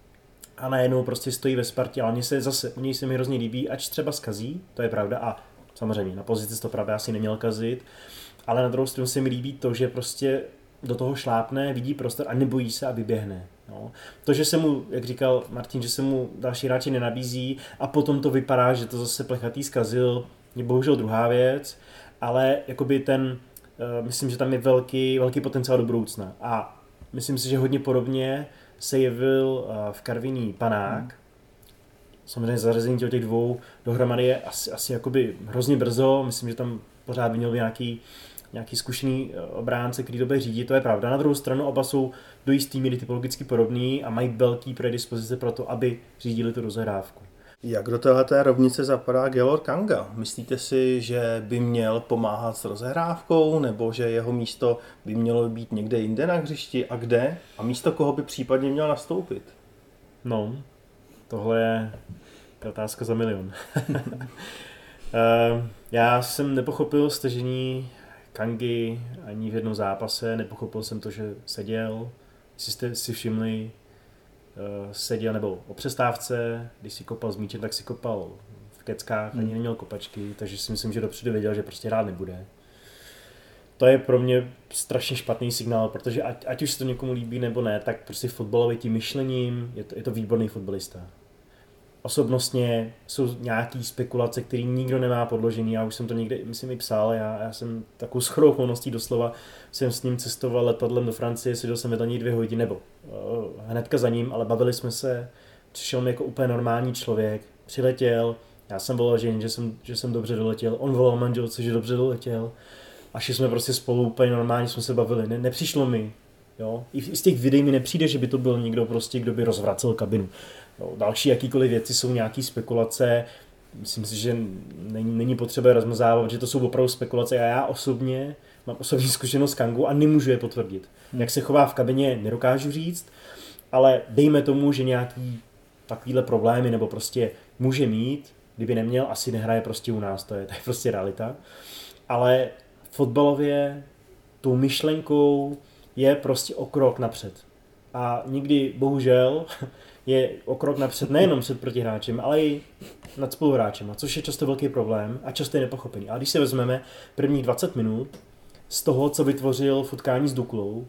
a najednou prostě stojí ve Spartě, ale mně se zase, u něj se mi hrozně líbí, ač třeba skazí, to je pravda, a samozřejmě na pozici stopera by asi neměl kazit, ale na druhou stranu se mi líbí to, že prostě do toho šlápne, vidí prostor a nebojí se a vyběhne. No. To, že se mu, jak říkal Martin, že se mu další hráči nenabízí a potom to vypadá, že to zase Plechatý zkazil, je bohužel druhá věc, ale jakoby ten, uh, myslím, že tam je velký, velký potenciál do budoucna. A myslím si, že hodně podobně se jevil uh, v Karviní Panák. Hmm. Samozřejmě zařazení těch dvou dohromady je asi, asi jakoby hrozně brzo, myslím, že tam pořád by měl nějaký nějaký zkušený obránce, který to bude řídit, to je pravda. Na druhou stranu oba jsou do jistý míry typologicky podobný a mají velký predispozice pro to, aby řídili tu rozehrávku. Jak do téhleté rovnice zapadá Gaylor Kanga? Myslíte si, že by měl pomáhat s rozehrávkou, nebo že jeho místo by mělo být někde jinde na hřišti a kde? A místo koho by případně měl nastoupit? No, tohle je otázka za milion. Já jsem nepochopil stažení Kangy ani v jednom zápase, nepochopil jsem to, že seděl, jestli jste si všimli, seděl nebo o přestávce, když si kopal s míčem, tak si kopal v keckách, ani neměl kopačky, takže si myslím, že dopředu věděl, že prostě hrát nebude. To je pro mě strašně špatný signál, protože ať, ať už se to někomu líbí nebo ne, tak prostě fotbalový tím myšlením je to, je to výborný fotbalista. Osobnostně jsou nějaký spekulace, které nikdo nemá podložený, já už jsem to někde, myslím, i psal, já, já jsem takovou shodou okolností doslova, jsem s ním cestoval letadlem do Francie, seděl jsem vedle něj dvě hodiny, nebo uh, hnedka za ním, ale bavili jsme se, přišel mi jako úplně normální člověk, přiletěl, já jsem volal ženě, že jsem, že jsem dobře doletěl, on volal manželce, že dobře doletěl, a šli jsme prostě spolu úplně normálně, jsme se bavili, ne, nepřišlo mi, jo, i z těch videí mi nepřijde, že by to byl někdo prostě, kdo by rozvracel kabinu. No, další jakýkoliv věci jsou nějaký spekulace, myslím si, že není, není potřeba rozmazávat, že to jsou opravdu spekulace a já osobně mám osobní zkušenost s Kangou a nemůžu je potvrdit. Hmm. Jak se chová v kabině, nedokážu říct, ale dejme tomu, že nějaký takovýhle problémy nebo prostě může mít, kdyby neměl, asi nehraje prostě u nás, to je, to je prostě realita. Ale fotbalově tou myšlenkou je prostě o krok napřed. A nikdy, bohužel, je o krok napřed nejenom před protihráčem, ale i nad spoluhráčem, což je často velký problém a často je nepochopený. A když se vezmeme prvních dvacet minut z toho, co vytvořil v utkání s Duklou,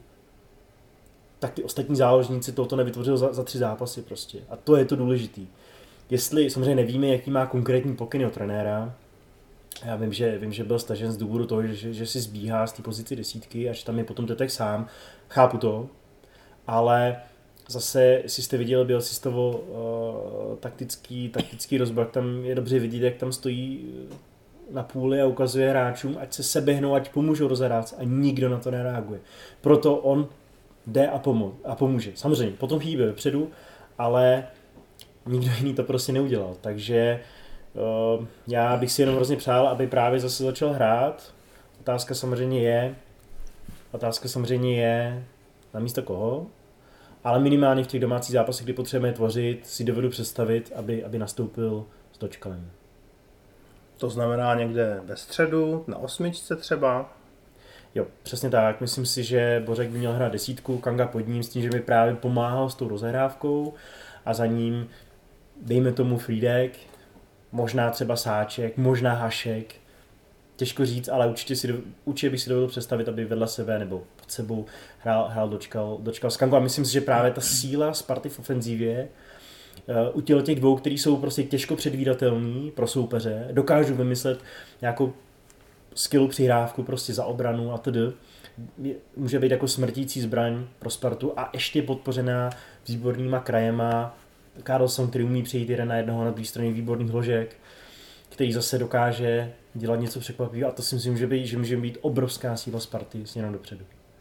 tak ty ostatní záložníci tohoto nevytvořil za, za tři zápasy prostě. A to je to důležitý. Jestli samozřejmě nevíme, jaký má konkrétní pokyny od trenéra, já vím, že, vím, že byl stažen z důvodu toho, že, že si zbíhá z té pozici desítky, až tam je potom Tetek sám, chápu to, ale zase, jestli jste viděli Bělosistovo uh, taktický, taktický rozbor, tam je dobře vidět, jak tam stojí na půli a ukazuje hráčům, ať se sebehnou, ať pomůžou rozehrát a nikdo na to nereaguje. Proto on jde a, pomo- a pomůže. Samozřejmě, potom chýbí vepředu, ale nikdo jiný to prostě neudělal. Takže uh, já bych si jenom hrozně přál, aby právě zase začal hrát. Otázka samozřejmě je, otázka samozřejmě je, na místo koho. ale minimálně v těch domácích zápasech, kdy potřebujeme tvořit, si dovedu představit, aby, aby nastoupil s Dočkalem. To znamená někde ve středu, na osmičce třeba? Jo, přesně tak. Myslím si, že Bořek by měl hrát desítku, Kanga pod ním, s tím, že mi právě pomáhal s tou rozehrávkou a za ním dejme tomu Frýdek, možná třeba Sáček, možná Hašek. Těžko říct, ale určitě, si, určitě bych si dovedl představit, aby vedle sebe nebo pod sebou hrál, hrál dočkal, dočkal s Kangu. A myslím si, že právě ta síla Sparty v ofenzívě u těle těch dvou, který jsou prostě těžko předvídatelný pro soupeře, dokážu vymyslet nějakou skillu přihrávku prostě za obranu a td. Může být jako smrtící zbraň pro Spartu a ještě podpořená výbornýma krajema. Karlsson, který umí přejít jeden na jednoho na druhé straně výborných ložek, který zase dokáže dělat něco překvapivého a to si myslím, že, by, že může být obrovská síla Sparty směrem dopředu.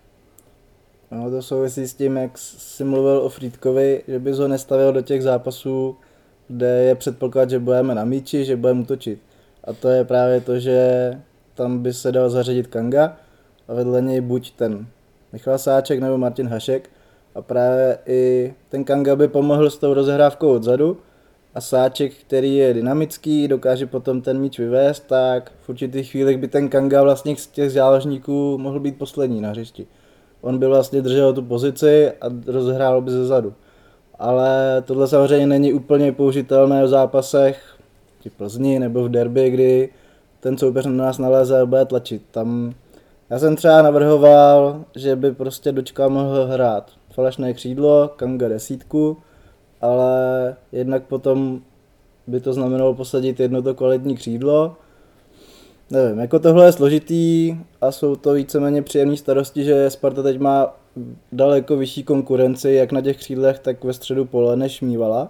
No, to souvisí s tím, jak jsi mluvil o Frýdkovi, že bys ho nestavil do těch zápasů, kde je předpoklad, že budeme na míči, že budeme útočit. A to je právě to, že tam by se dal zařadit Kanga a vedle něj buď ten Michal Sáček nebo Martin Hašek a právě i ten Kanga by pomohl s tou rozehrávkou odzadu a Sáček, který je dynamický, dokáže potom ten míč vyvést, tak v určitých chvílích by ten Kanga vlastně z těch záložníků mohl být poslední na hřišti. On by vlastně držel tu pozici a rozehrál by ze zadu. Ale tohle samozřejmě není úplně použitelné v zápasech v Plzni nebo v derby, kdy ten soupeř na nás naléze a bude tlačit. Tam já jsem třeba navrhoval, že by prostě Dočkal mohl hrát falešné křídlo, Kanga desítku, ale jednak potom by to znamenalo posadit jedno to kvalitní křídlo. Nevím, jako tohle je složitý a jsou to víceméně příjemné starosti, že Sparta teď má daleko vyšší konkurenci, jak na těch křídlech, tak ve středu pole, než mívala.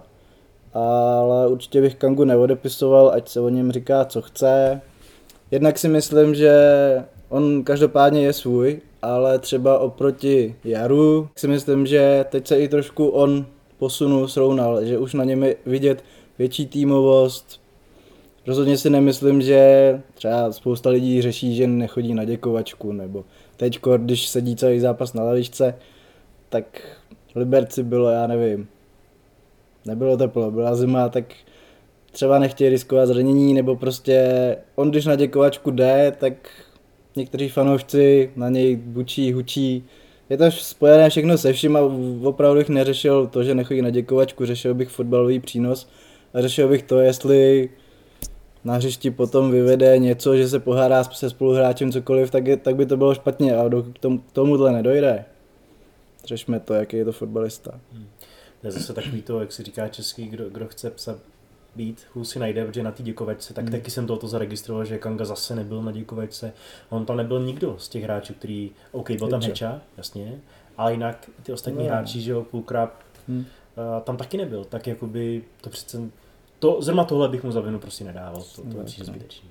Ale určitě bych Kangu neodepisoval, ať se o něm říká, co chce. Jednak si myslím, že on každopádně je svůj, ale třeba oproti Jaru si myslím, že teď se i trošku on posunul, srovnal, že už na něm je vidět větší týmovost. Rozhodně si nemyslím, že třeba spousta lidí řeší, že nechodí na děkovačku, nebo teďko, když sedí celý zápas na lavičce, tak v Liberci bylo, já nevím, nebylo teplo, byla zima, tak třeba nechtějí riskovat zranění, nebo prostě on, když na děkovačku jde, tak někteří fanoušci na něj bučí, hučí. Je to spojené všechno se vším a opravdu bych neřešil to, že nechodí na děkovačku, řešil bych fotbalový přínos a řešil bych to, jestli na hřišti potom vyvede něco, že se pohádá se spoluhráčem cokoliv, tak, je, tak by to bylo špatně a k tomu, tomuhle nedojde. Řešme to, jaký je to fotbalista. Hmm. To je zase takový to, jak si říká český, kdo, kdo chce psa být, hůl si najde, protože na té děkovačce, tak hmm. taky jsem tohoto zaregistroval, že Kanga zase nebyl na děkovačce. On tam nebyl nikdo z těch hráčů, který, OK, byl tam Heča, jasně, ale jinak ty ostatní no. hráči, že jo, Půlkrab, hmm. tam taky nebyl, tak jakoby to přece, to, zrovna tohle bych mu za vinu prostě nedával, to, to je přijde zbytečný.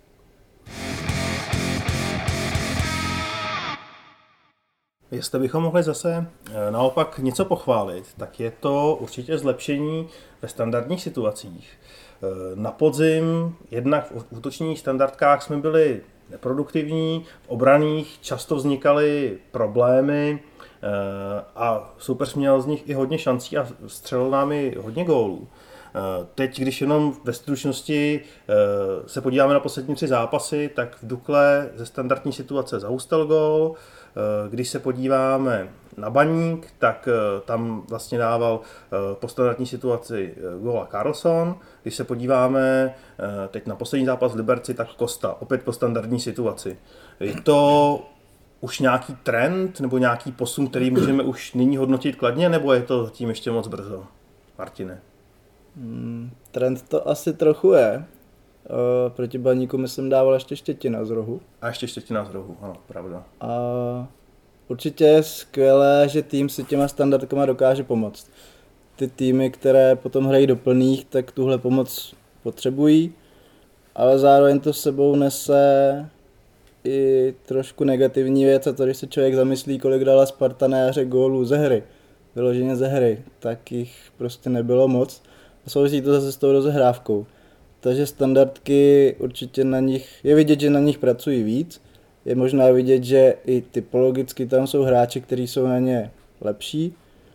Jestli bychom mohli zase naopak něco pochválit, tak je to určitě zlepšení ve standardních situacích. Na podzim jednak v útočních standardkách jsme byli neproduktivní, v obraných často vznikaly problémy a soupeř měl z nich i hodně šancí a střelil nám i hodně gólů. Teď, když jenom ve stručnosti se podíváme na poslední tři zápasy, tak v Dukle ze standardní situace zahustel gól. Když se podíváme na Baník, tak tam vlastně dával po standardní situaci góla Karlsson. Když se podíváme teď na poslední zápas v Liberci, tak Kosta, opět po standardní situaci. Je to už nějaký trend nebo nějaký posun, který můžeme už nyní hodnotit kladně, nebo je to tím ještě moc brzo? Martine. Hmm, trend to asi trochu je. Uh, proti Baníku myslím dával ještě Štětina z rohu. A ještě Štětina z rohu, ano, pravda. A určitě je skvělé, že tým si těma standardkama dokáže pomoct. Ty týmy, které potom hrají do plných, tak tuhle pomoc potřebují, ale zároveň to s sebou nese i trošku negativní věc, a to když se člověk zamyslí, kolik dala Sparta na jaře gólů ze hry, vyloženě ze hry, tak jich prostě nebylo moc. A souvisí to zase s tou rozehrávkou. Takže standardky určitě na nich, je vidět, že na nich pracují víc. Je možná vidět, že i typologicky tam jsou hráči, kteří jsou na ně lepší.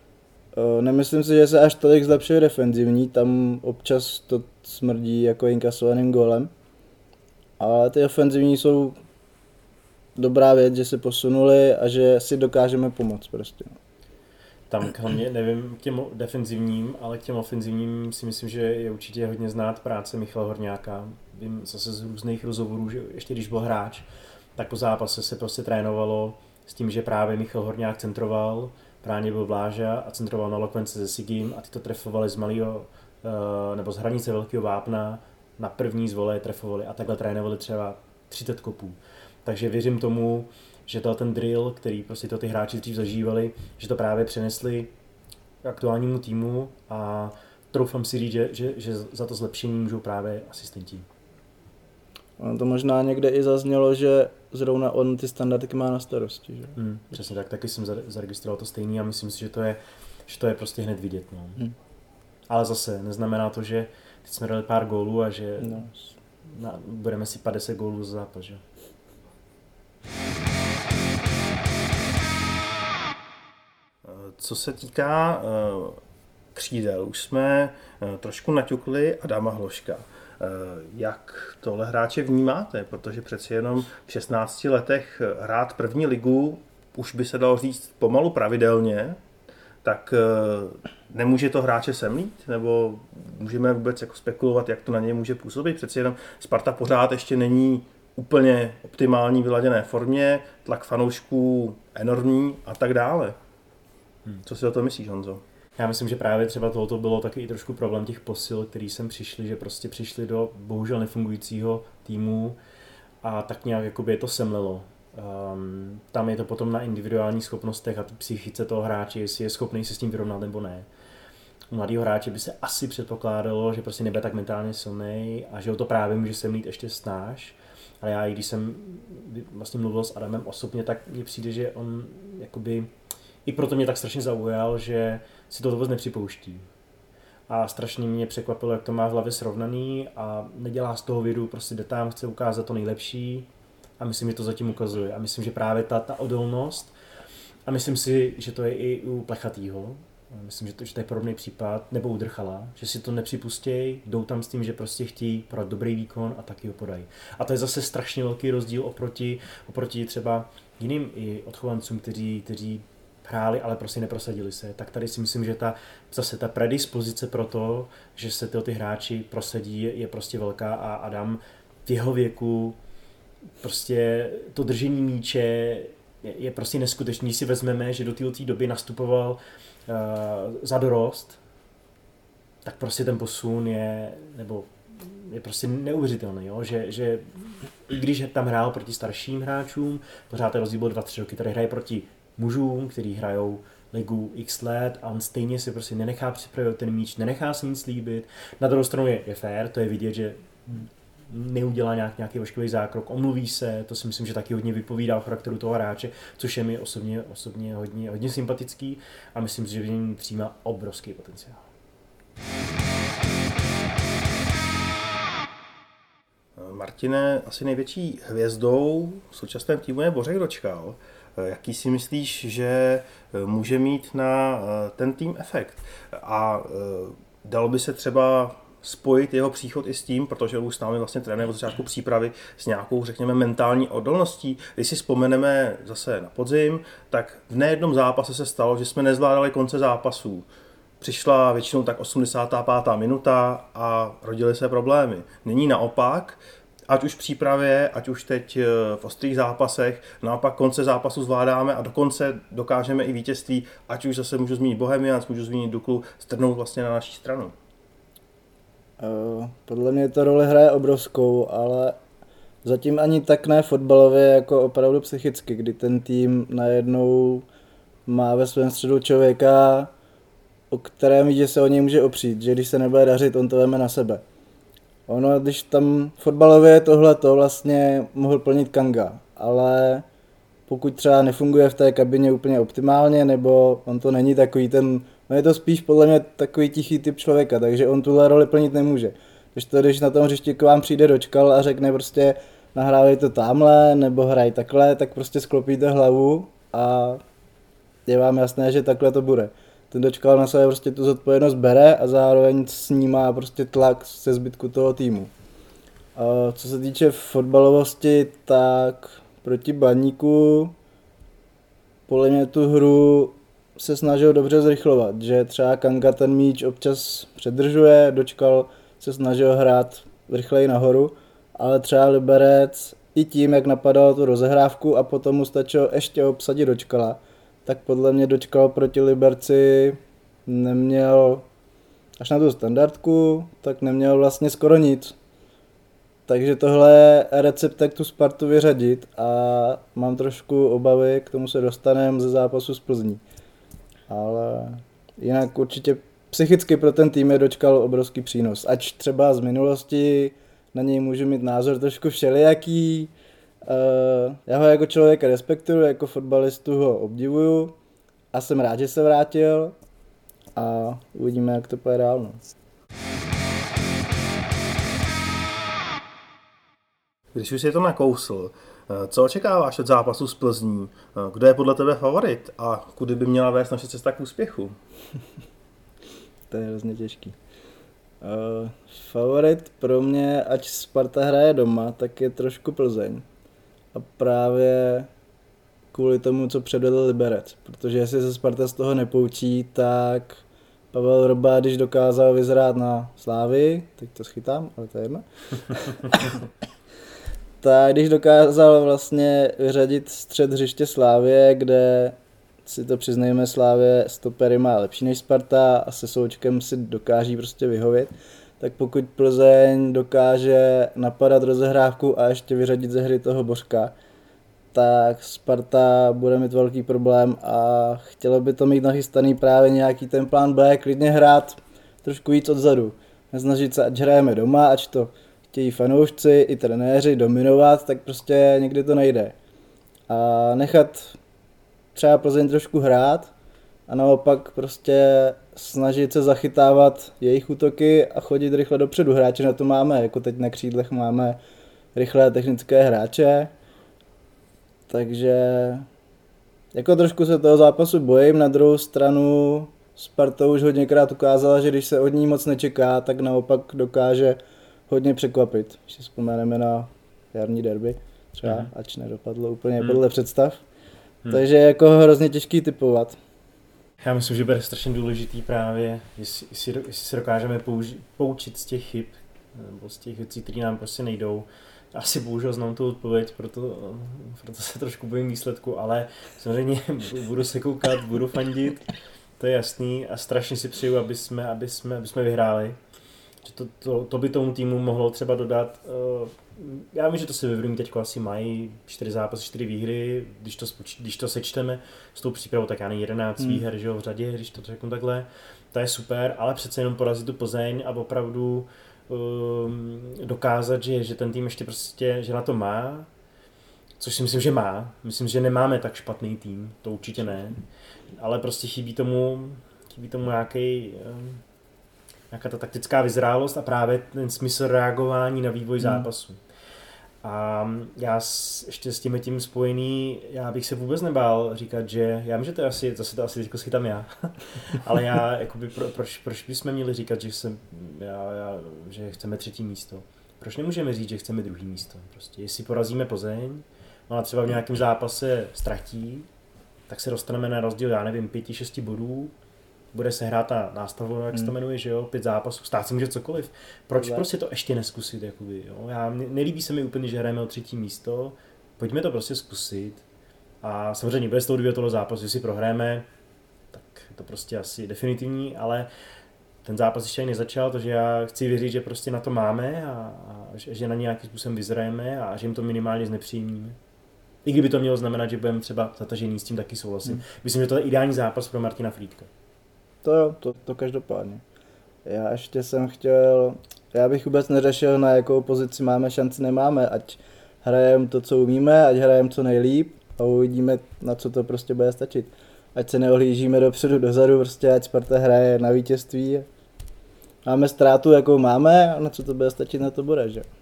Nemyslím si, že se až tolik zlepšuje defenzivní, tam občas to smrdí jako inkasovaným gólem. Ale ty ofenzivní jsou dobrá věc, že se posunuli a že si dokážeme pomoct prostě. Tam hlavně, nevím, k těm defenzivním, ale k těm ofenzivním si myslím, že je určitě hodně znát práce Michala Horňáka. Vím zase z různých rozhovorů, že ještě když byl hráč, tak po zápase se prostě trénovalo s tím, že právě Michal Horňák centroval, právě byl Vláža a centroval na lokvence ze Sigim a ty to trefovali z malého, nebo z hranice velkého vápna, na první z vole trefovali a takhle trénovali třeba třicet kopů. Takže věřím tomu, že to ten drill, který prostě to ty hráči dřív zažívali, že to právě přenesli k aktuálnímu týmu a troufám si říct, že, že, že za to zlepšení můžou právě asistenti. Ono to možná někde i zaznělo, že zrovna on ty standardy má na starosti. Že? Hmm, přesně tak, taky jsem zaregistroval to stejný a myslím si, že to je, že to je prostě hned vidět. No. Hmm. Ale zase neznamená to, že teď jsme dali pár gólů a že no. na, budeme si padesát gólů za zápas. Že? Co se týká uh, křídel, už jsme uh, trošku naťukli Adama Hloška. Uh, jak tohle hráče vnímáte? Protože přeci jenom v šestnácti letech hrát první ligu, už by se dalo říct pomalu pravidelně, tak uh, nemůže to hráče semlít? Nebo můžeme vůbec jako spekulovat, jak to na něj může působit? Přeci jenom Sparta pořád ještě není úplně optimální vyladěné formě, tlak fanoušků enormní a tak dále. Hmm. Co si o to myslíš, Honzo? Já myslím, že právě třeba tohoto bylo taky i trošku problém těch posil, který sem přišli, že prostě přišli do bohužel nefungujícího týmu a tak nějak jakoby je to semlelo. Um, tam je to potom na individuálních schopnostech a psychice toho hráče, jestli je schopný se s tím vyrovnat nebo ne. U mladého hráče by se asi předpokládalo, že prostě nebude tak mentálně silný a že o to právě může semlít ještě snáš. Ale já, i když jsem vlastně mluvil s Adamem osobně, tak mně přijde, že on jakoby i proto mě tak strašně zaujal, že si to vůbec nepřipouští. A strašně mě překvapilo, jak to má v hlavě srovnaný a nedělá z toho vědu, prostě jde tam, chce ukázat to nejlepší a myslím, že to zatím ukazuje. A myslím, že právě ta, ta odolnost a myslím si, že to je i u Plechatýho, myslím, že to, že to je podobný případ, nebo u Drchala, že si to nepřipustějí, jdou tam s tím, že prostě chtějí podat dobrý výkon a taky ho podají. A to je zase strašně velký rozdíl oproti, oproti třeba jiným i odchovancům, kteří, kteří hráli, ale prostě neprosadili se. Tak tady si myslím, že ta, zase ta predispozice pro to, že se ty, ty hráči prosadí, je, je prostě velká a Adam v jeho věku prostě to držení míče je, je prostě neskutečný. Když si vezmeme, že do této doby nastupoval uh, za dorost, tak prostě ten posun je, nebo je prostě neuvěřitelný, jo? Že, že i když tam hrál proti starším hráčům, pořád ten rozdíl byl dva tři roky, tady hraje proti mužům, kteří hrajou ligu x let a on stejně si prostě nenechá připravit ten míč, nenechá si nic líbit. Na druhou stranu je, je fair, to je vidět, že neudělá nějak, nějaký ošklivý zákrok, omluví se, to si myslím, že taky hodně vypovídá o charakteru toho hráče, což je mi osobně, osobně hodně, hodně sympatický a myslím si, že v něm přijímá obrovský potenciál. Martine, asi největší hvězdou v současném týmu je Bořek Dočkal. Jaký si myslíš, že může mít na ten tým efekt? A dalo by se třeba spojit jeho příchod i s tím, protože on s námi vlastně trénuje od začátku přípravy s nějakou, řekněme, mentální odolností. Když si vzpomeneme zase na podzim, tak v nejednom zápase se stalo, že jsme nezvládali konce zápasů. Přišla většinou tak osmdesátá pátá minuta a rodily se problémy. Nyní naopak, ať už v přípravě, ať už teď v ostrých zápasech, naopak konce zápasu zvládáme a dokonce dokážeme i vítězství, ať už zase můžu zmínit Bohemians, můžu zmínit Duklu, strhnout vlastně na naší stranu. Uh, podle mě ta role hraje obrovskou, ale zatím ani tak ne fotbalově, jako opravdu psychicky, kdy ten tým najednou má ve svém středu člověka, o kterém ví, že se o něj může opřít, že když se nebude dařit, on to veme na sebe. Ono, když tam fotbalově tohle to vlastně mohl plnit Kanga, ale pokud třeba nefunguje v té kabině úplně optimálně, nebo on to není takový ten, no je to spíš podle mě takový tichý typ člověka, takže on tuhle roli plnit nemůže. Když to, když na tom hřišti k vám přijde Dočkal a řekne prostě nahrávej to tamhle, nebo hraj takhle, tak prostě sklopíte hlavu a je vám jasné, že takhle to bude. ten Dočkal na sebe prostě tu zodpovědnost bere a zároveň snímá prostě tlak se zbytku toho týmu. A co se týče fotbalovosti, tak proti Baníku podle mě tu hru se snažil dobře zrychlovat, že třeba Kanga ten míč občas předržuje, Dočkal se snažil hrát rychleji nahoru, ale třeba Liberec i tím, jak napadal tu rozehrávku a potom mu stačilo ještě obsadit Dočkala, tak podle mě Dočkal proti Liberci neměl, až na tu standardku, tak neměl vlastně skoro nic. Takže tohle je recept, jak tu Spartu vyřadit a mám trošku obavy, k tomu se dostaneme ze zápasu z Plzní. Ale jinak určitě psychicky pro ten tým je Dočkal obrovský přínos. Ač třeba z minulosti na něj můžu mít názor trošku všelijaký. Já ho jako člověka respektuju, jako fotbalistu ho obdivuju a jsem rád, že se vrátil a uvidíme, jak to půjde dál. No. Když už si to nakousl, co očekáváš od zápasu s Plzní? Kdo je podle tebe favorit a kudy by měla vést naše cesta k úspěchu? To je hrozně těžký. Uh, favorit pro mě, ať Sparta hraje doma, tak je trošku Plzeň. A právě kvůli tomu, co předvedl Liberec. Protože jestli se Sparta z toho nepoučí, tak Pavel Vrba, když dokázal vyzrát na Slávii, teď to schytám, ale to je jedno. Tak když dokázal vlastně vyřadit střed hřiště Slávie, kde si to přiznejme, Slávie stopery má lepší než Sparta a se Součkem si dokáží prostě vyhovět, tak pokud Plzeň dokáže napadat rozehrávku a ještě vyřadit ze hry toho Bořka, tak Sparta bude mít velký problém a chtělo by to mít nachystaný právě nějaký ten plán B, klidně hrát trošku víc odzadu. Nesnažit se, ať hrajeme doma, ať to chtějí fanoušci i trenéři dominovat, tak prostě někdy to nejde. A nechat třeba Plzeň trošku hrát a naopak prostě snažit se zachytávat jejich útoky a chodit rychle dopředu. Hráče na to máme, jako teď na křídlech máme rychlé technické hráče, takže jako trošku se toho zápasu bojím. Na druhou stranu Sparta už hodněkrát ukázala, že když se od ní moc nečeká, tak naopak dokáže hodně překvapit. Když si vzpomeneme na jarní derby, třeba, mm. ač nedopadlo úplně mm. podle představ. Hmm. Takže je jako hrozně těžký typovat. Já myslím, že bude strašně důležitý právě, jestli, jestli, jestli se dokážeme použi- poučit z těch chyb, nebo z těch věcí, které nám prostě nejdou. Asi bohužel znám tu odpověď, proto, proto se trošku bojím výsledku, ale samozřejmě budu se koukat, budu fandit, to je jasný a strašně si přeju, aby jsme, aby jsme, aby jsme vyhráli. To, to, to by tomu týmu mohlo třeba dodat. Uh, já vím, že to se ve Vrům teďko asi mají čtyři zápasy, čtyři výhry, když to, spoč, když to sečteme s tou přípravou, tak já nevím, jedenáct hmm. výher, že jo, v řadě, když to řeknu takhle, to je super, ale přece jenom porazit tu Plzeň a opravdu um, dokázat, že, že ten tým ještě prostě, že na to má, což si myslím, že má, myslím, že nemáme tak špatný tým, to určitě ne, ale prostě chybí tomu, chybí tomu nějaký um, nějaká ta taktická vyzrálost a právě ten smysl reagování na vývoj hmm. zápasu. A já s, ještě s tím tím spojený, já bych se vůbec nebál říkat, že já vím, že to je asi, zase to asi teďko schytám já, ale já, jakoby, pro, proč, proč bychom měli říkat, že, jsem, já, já, že chceme třetí místo? Proč nemůžeme říct, že chceme druhý místo? Prostě, jestli porazíme Plzeň, ona třeba v nějakém zápase ztratí, tak se dostaneme na rozdíl, já nevím, pěti, šesti bodů, bude se hrát na nástavu, jak se to jmenuje, že jo, pět zápasů, stát se může cokoliv. Proč tak. prostě to ještě neskusit, jakoby, jo? Já, nelíbí se mi úplně, že hrajeme o třetí místo, pojďme to prostě zkusit. A samozřejmě bez toho druhého toho zápasu, jestli prohráme, tak to prostě asi definitivní, ale ten zápas ještě ani nezačal, takže já chci věřit, že prostě na to máme a, a že na nějakým způsobem vyzrajeme a že jim to minimálně znepříjemníme. I kdyby to mělo znamenat, že budeme třeba zatažení, s tím taky souhlasím. Hmm. Myslím, že to je ideální zápas pro Martina Frýdka. To jo, to, to každopádně. Já ještě jsem chtěl, já bych vůbec neřešil, na jakou pozici máme šanci, nemáme, ať hrajeme to, co umíme, ať hrajeme co nejlíp a uvidíme, na co to prostě bude stačit. Ať se neohlížíme dopředu, dozadu, prostě ať Sparta hraje na vítězství. Máme ztrátu, jakou máme a na co to bude stačit, na to bude, že?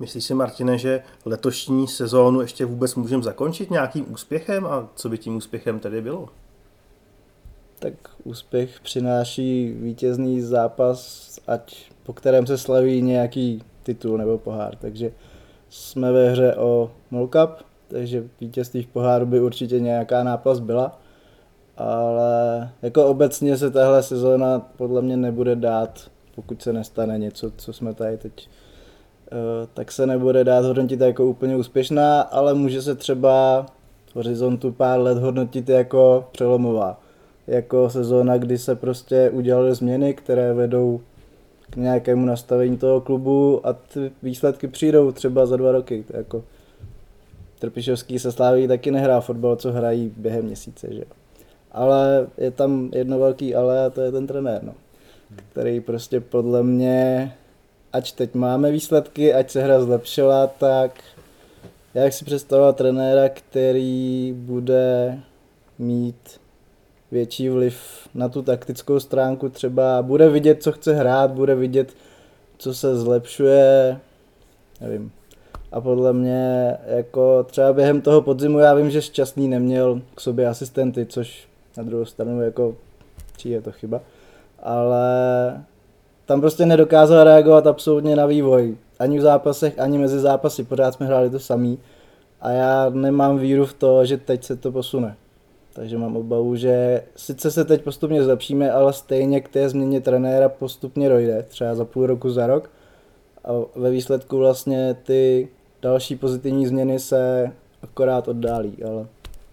Myslíš si, Martine, že letošní sezónu ještě vůbec můžeme zakončit nějakým úspěchem a co by tím úspěchem tedy bylo? Tak úspěch přináší vítězný zápas, ať po kterém se slaví nějaký titul nebo pohár. Takže jsme ve hře o Mall Cup, takže vítězství v poháru by určitě nějaká náplast byla. Ale jako obecně se tahle sezóna podle mě nebude dát, pokud se nestane něco, co jsme tady teď, tak se nebude dát hodnotit jako úplně úspěšná, ale může se třeba v horizontu pár let hodnotit jako přelomová. Jako sezóna, kdy se prostě udělaly změny, které vedou k nějakému nastavení toho klubu a ty výsledky přijdou třeba za dva roky. Jako Trpišovský se Sláví taky nehrá fotbal, co hrají během měsíce, že? Ale je tam jedno velký ale a to je ten trenér, no, který prostě podle mě, ať teď máme výsledky, ať se hra zlepšila, tak jak si představoval trenéra, který bude mít větší vliv na tu taktickou stránku, třeba bude vidět, co chce hrát, bude vidět, co se zlepšuje, nevím. A podle mě, jako třeba během toho podzimu, já vím, že Šťastný neměl k sobě asistenty, což na druhou stranu, jako, či je to chyba, ale tam prostě nedokázal reagovat absolutně na vývoj. Ani v zápasech, ani mezi zápasy, pořád jsme hráli to samý a já nemám víru v to, že teď se to posune. Takže mám obavu, že sice se teď postupně zlepšíme, ale stejně k té změně trenéra postupně dojde, třeba za půl roku, za rok. A ve výsledku vlastně ty další pozitivní změny se akorát oddálí, ale...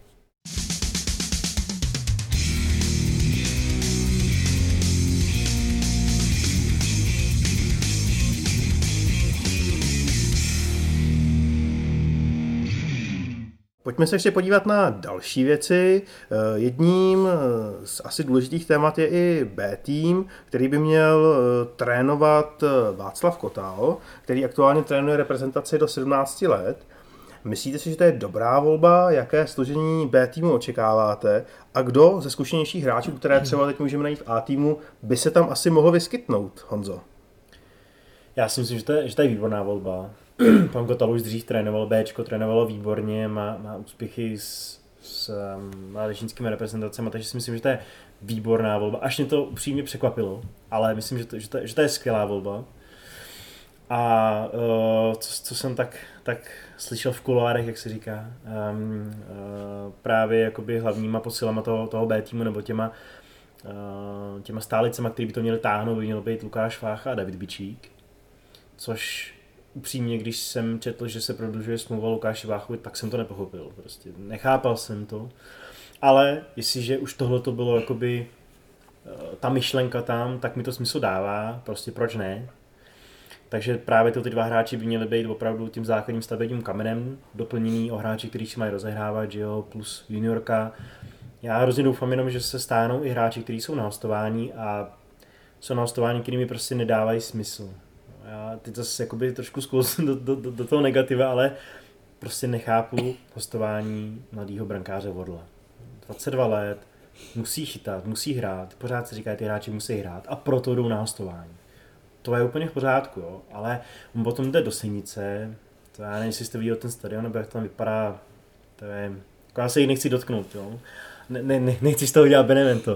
Pojďme se ještě podívat na další věci. Jedním z asi důležitých témat je i B tým, který by měl trénovat Václav Kotal, který aktuálně trénuje reprezentaci do sedmnácti let. Myslíte si, že to je dobrá volba? Jaké složení B týmu očekáváte? A kdo ze zkušenějších hráčů, které třeba teď můžeme najít v A týmu, by se tam asi mohl vyskytnout, Honzo? Já si myslím, že to je, že to je výborná volba. Pan Kotal už dřív trénoval Bčko, trénovalo výborně, má, má úspěchy s, s um, mládežnickými reprezentacemi, takže si myslím, že to je výborná volba. Až mě to upřímně překvapilo, ale myslím, že to, že to, že to je skvělá volba. A uh, co, co jsem tak, tak slyšel v kuloárech, jak se říká, um, uh, právě jakoby hlavníma posilama toho, toho B týmu, nebo těma, uh, těma stálicema, který by to měli táhnout, by měl být Lukáš Vácha a David Bičík, což upřímně, když jsem četl, že se prodlužuje smlouva Lukáši Váchovi, tak jsem to nepochopil. Prostě nechápal jsem to. Ale jestliže už tohle to bylo jakoby ta myšlenka tam, tak mi to smysl dává. Prostě proč ne? Takže právě ty dva hráči by měli být opravdu tím základním stavebním kamenem, doplněný o hráči, kteří si mají rozehrávat, že jo, plus juniorka. Já hrozně doufám jenom, že se stáhnou i hráči, kteří jsou na hostování a jsou na hostování, který mi prostě nedávají smysl. Já teď zase jakoby trošku sklouznu do, do, do, do toho negativa, ale prostě nechápu hostování mladého brankáře Vodla. dvacet dva let, musí chytat, musí hrát, pořád se říká, ty hráči musí hrát a proto jdou na hostování. To je úplně v pořádku, jo, ale on potom jde do Senice, to já nevím, jestli jste viděl ten stadion, nebo jak to tam vypadá, to je, jako já se jich nechci dotknout, jo. Ne, ne, ne, nechci z toho dělat Benevento,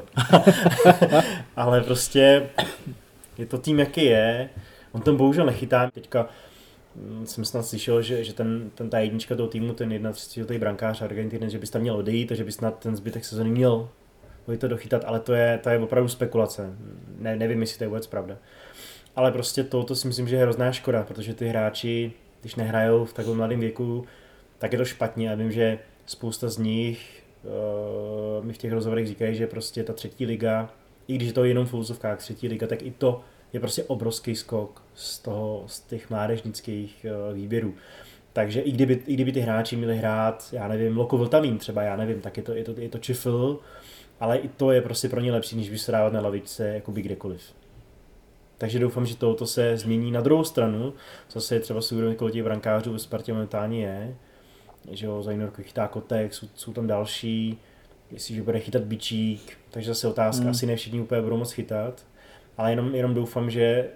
ale prostě je to tým, jaký je. On tam bohužel nechytá. Teďka jsem snad slyšel, že, že ten, ten, ta jednička toho týmu, ten třicetiletý brankář Argentiny, že bys tam měl odejít a že by snad ten zbytek sezóny měl to dochytat, ale to je, to je opravdu spekulace. Ne, nevím, jestli to je vůbec pravda. Ale prostě to si myslím, že je hrozná škoda, protože ty hráči, když nehrajou v takovém mladém věku, tak je to špatně a vím, že spousta z nich uh, mi v těch rozhovorech říkají, že prostě ta třetí liga, i když je to jenom v úzovkách třetí liga, tak i to je prostě obrovský skok z, toho, z těch mládežnických uh, výběrů. Takže i kdyby, i kdyby ty hráči měli hrát, já nevím, Loko Vltavín třeba, já nevím, tak je to, je to, je to čifl, ale i to je prostě pro ně lepší, než vystrávat na lavičce jakoby kdekoliv. Takže doufám, že to se změní. Na druhou stranu, zase je třeba souvědomit, kolik těch brankářů ve Spartě momentálně je, že jo, za juniorku chytá Kotek, jsou, jsou tam další, jestliže bude chytat Bičík, takže zase otázka, hmm. asi ne všichni úplně budou moc chytat, ale jenom, jenom doufám, že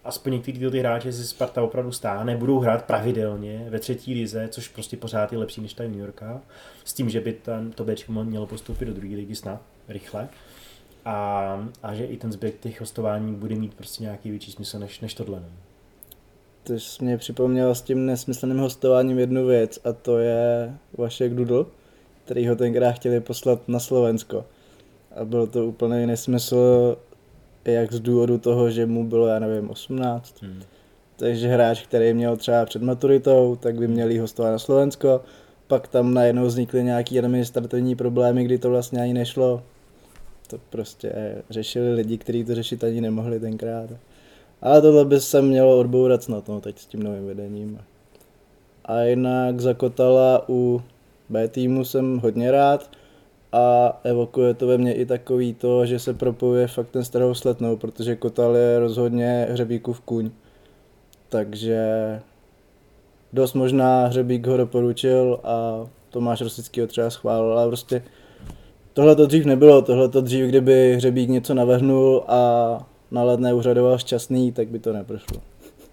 aspoň některý ty hráči si Sparta opravdu stáhne, budou hrát pravidelně ve třetí lize, což prostě pořád je lepší než tady New Yorka, s tím, že by tam to Bčko mělo postoupit do druhé ligy snad rychle. A, a že i ten zbytek těch hostování bude mít prostě nějaký větší smysl než, než tohle. Ne? To jsi mě připomněl s tím nesmyslným hostováním jednu věc a to je Vašek Dudl, který ho tenkrát chtěli poslat na Slovensko. A byl to úplný nesmysl, jak z důvodu toho, že mu bylo, já nevím, osmnáct. Hmm. Takže hráč, který měl třeba před maturitou, tak by měl jít hostovat na Slovensko. Pak tam najednou vznikly nějaký administrativní problémy, kdy to vlastně ani nešlo. To prostě řešili lidi, kteří to řešit ani nemohli tenkrát. Ale tohle by se mělo odbourat snad, no, teď s tím novým vedením. A jinak za Kotala u B týmu jsem hodně rád a evokuje to ve mně i takový to, že se propojuje fakt ten starou s Letnou, protože Kotal je rozhodně Hřebíkův kůň. Takže dost možná Hřebík ho doporučil a Tomáš Rosický ho třeba schválil, ale prostě tohle to dřív nebylo, tohle to dřív, kdyby Hřebík něco navrhnul a na Letné úřadoval Šťastný, tak by to neprošlo.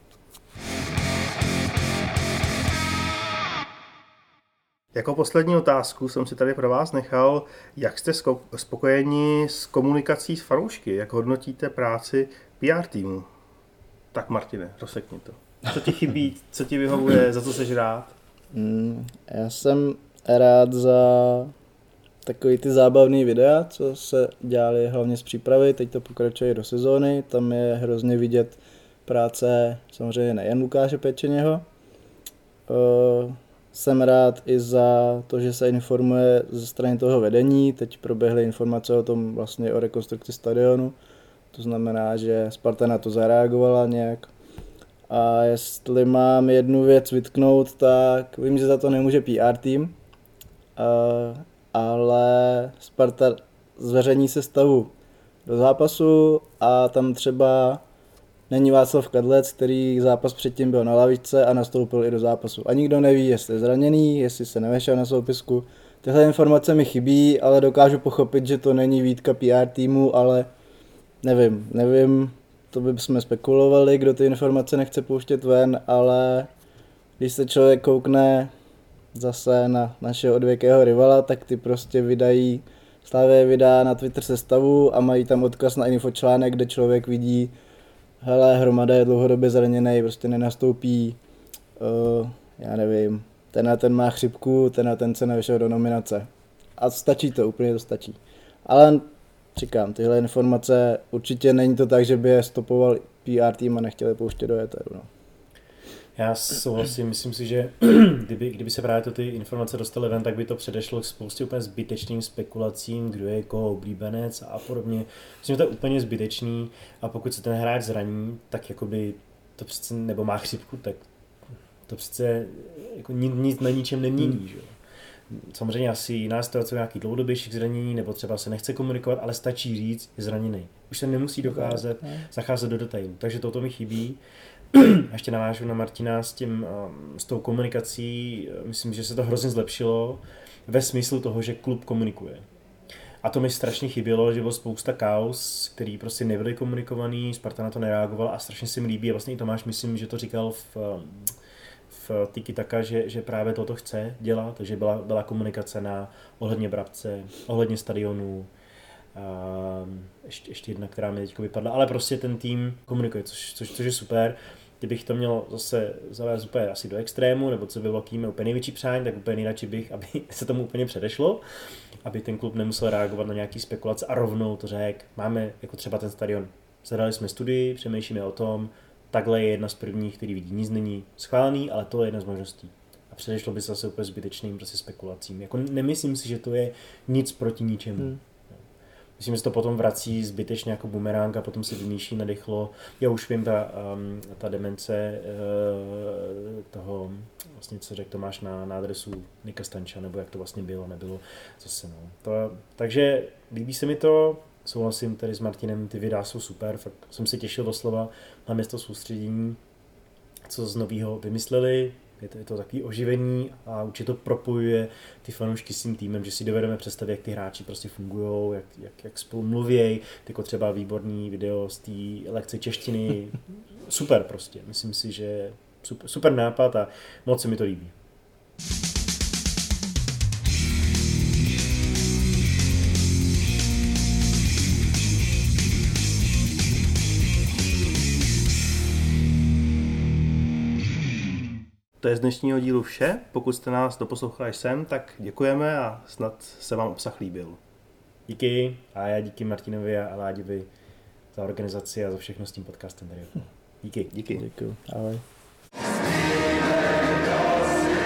Jako poslední otázku jsem si tady pro vás nechal, jak jste spokojeni s komunikací s fanoušky, jak hodnotíte práci P R týmu? Tak Martine, rozsekni to. Co ti chybí, co ti vyhovuje, za co jsi rád? Mm, já jsem rád za takový ty zábavný videa, co se dělali hlavně z přípravy, teď to pokračuje do sezóny, tam je hrozně vidět práce samozřejmě nejen Lukáše Pečeněho. Uh, jsem rád i za to, že se informuje ze strany toho vedení, teď proběhly informace o tom vlastně o rekonstrukci stadionu, to znamená, že Sparta na to zareagovala nějak. A jestli mám jednu věc vytknout, tak vím, že za to nemůže P R tým, uh, ale Sparta zveřejní sestavu do zápasu a tam třeba není Václav Kadlec, který zápas předtím byl na lavičce a nastoupil i do zápasu. A nikdo neví, jestli je zraněný, jestli se nevešel na soupisku. Tyhle informace mi chybí, ale dokážu pochopit, že to není výtka P R týmu, ale nevím, nevím, to bychom spekulovali, kdo ty informace nechce pouštět ven, ale když se člověk koukne zase na našeho odvěkého rivala, tak ty prostě vydají, Slavia vydá na Twitter sestavu a mají tam odkaz na infočlánek, kde člověk vidí, hele, Hromada je dlouhodobě zraněný, prostě nenastoupí, uh, já nevím, ten na ten má chřipku, ten na ten se nevešel do nominace. A stačí to, úplně to stačí. Ale říkám, tyhle informace, určitě není to tak, že by je stopoval P R tým a nechtěli pouštět do éteru, no. Já souhlasím, myslím si, že kdyby, kdyby se právě to ty informace dostaly ven, tak by to předešlo k spoustě úplně zbytečným spekulacím, kdo je koho oblíbenec a podobně. Myslím, že to je úplně zbytečný a pokud se ten hráč zraní, tak jakoby to přece, nebo má chřipku, tak to přece jako nic, nic na ničem nemění, že? Samozřejmě asi jiná situace, nějaký dlouhodobější zranění, nebo třeba se nechce komunikovat, ale stačí říct, je zraněný. Už se nemusí docházet, zacházet do detailů, takže toto mi chybí. Ještě navážu na Martina s, tím, s tou komunikací, myslím, že se to hrozně zlepšilo ve smyslu toho, že klub komunikuje. A to mi strašně chybělo, že bylo spousta kauz, který prostě nebyly komunikovaný, Sparta na to nereagovala a strašně se mi líbí. A vlastně i Tomáš, myslím, že to říkal v, v Tiki Taka, že, že právě toto chce dělat, takže byla, byla komunikace na ohledně Brabce, ohledně stadionu, a ještě, ještě jedna, která mi teď vypadla, ale prostě ten tým komunikuje, což, což, což je super. Kdybych to měl zase zavést úplně asi do extrému, nebo co by bylo kým úplně největší přání, tak úplně nejradši bych, aby se tomu úplně předešlo, aby ten klub nemusel reagovat na nějaký spekulace a rovnou to řekl. Máme jako třeba ten stadion, zadali jsme studii, přemýšlíme o tom, takhle je jedna z prvních, který vidí, nic není schválený, ale to je jedna z možností. A předešlo by se zase úplně zbytečným prostě spekulacím. Jako nemyslím si, že to je nic proti ničemu. Hmm. Myslím, že se to potom vrací zbytečně jako bumerang a potom se vymýšlí nadychlo. Já už vím, ta, um, ta demence uh, toho, vlastně co řekl Tomáš na, na adresu Nika Stanča, nebo jak to vlastně bylo, nebylo zase. No. To, takže líbí se mi to, souhlasím tady s Martinem, ty videa jsou super, fakt jsem se těšil doslova na město soustředění, co z novýho vymysleli. Je to, je to takový oživení a určitě to propojuje ty fanoušky s tím týmem, že si dovedeme představit, jak ty hráči prostě fungují, jak, jak, jak spolu mluvějí, jako třeba výborný video z té lekce češtiny. Super prostě, myslím si, že super, super nápad a moc se mi to líbí. To je z dnešního dílu vše. Pokud jste nás doposlouchali sem, tak děkujeme a snad se vám obsah líbil. Díky a já díky Martinovi a Láďovi za organizaci a za všechno s tím podcastem tady. Díky. Díky. Děkuju. Ahoj. Střílej,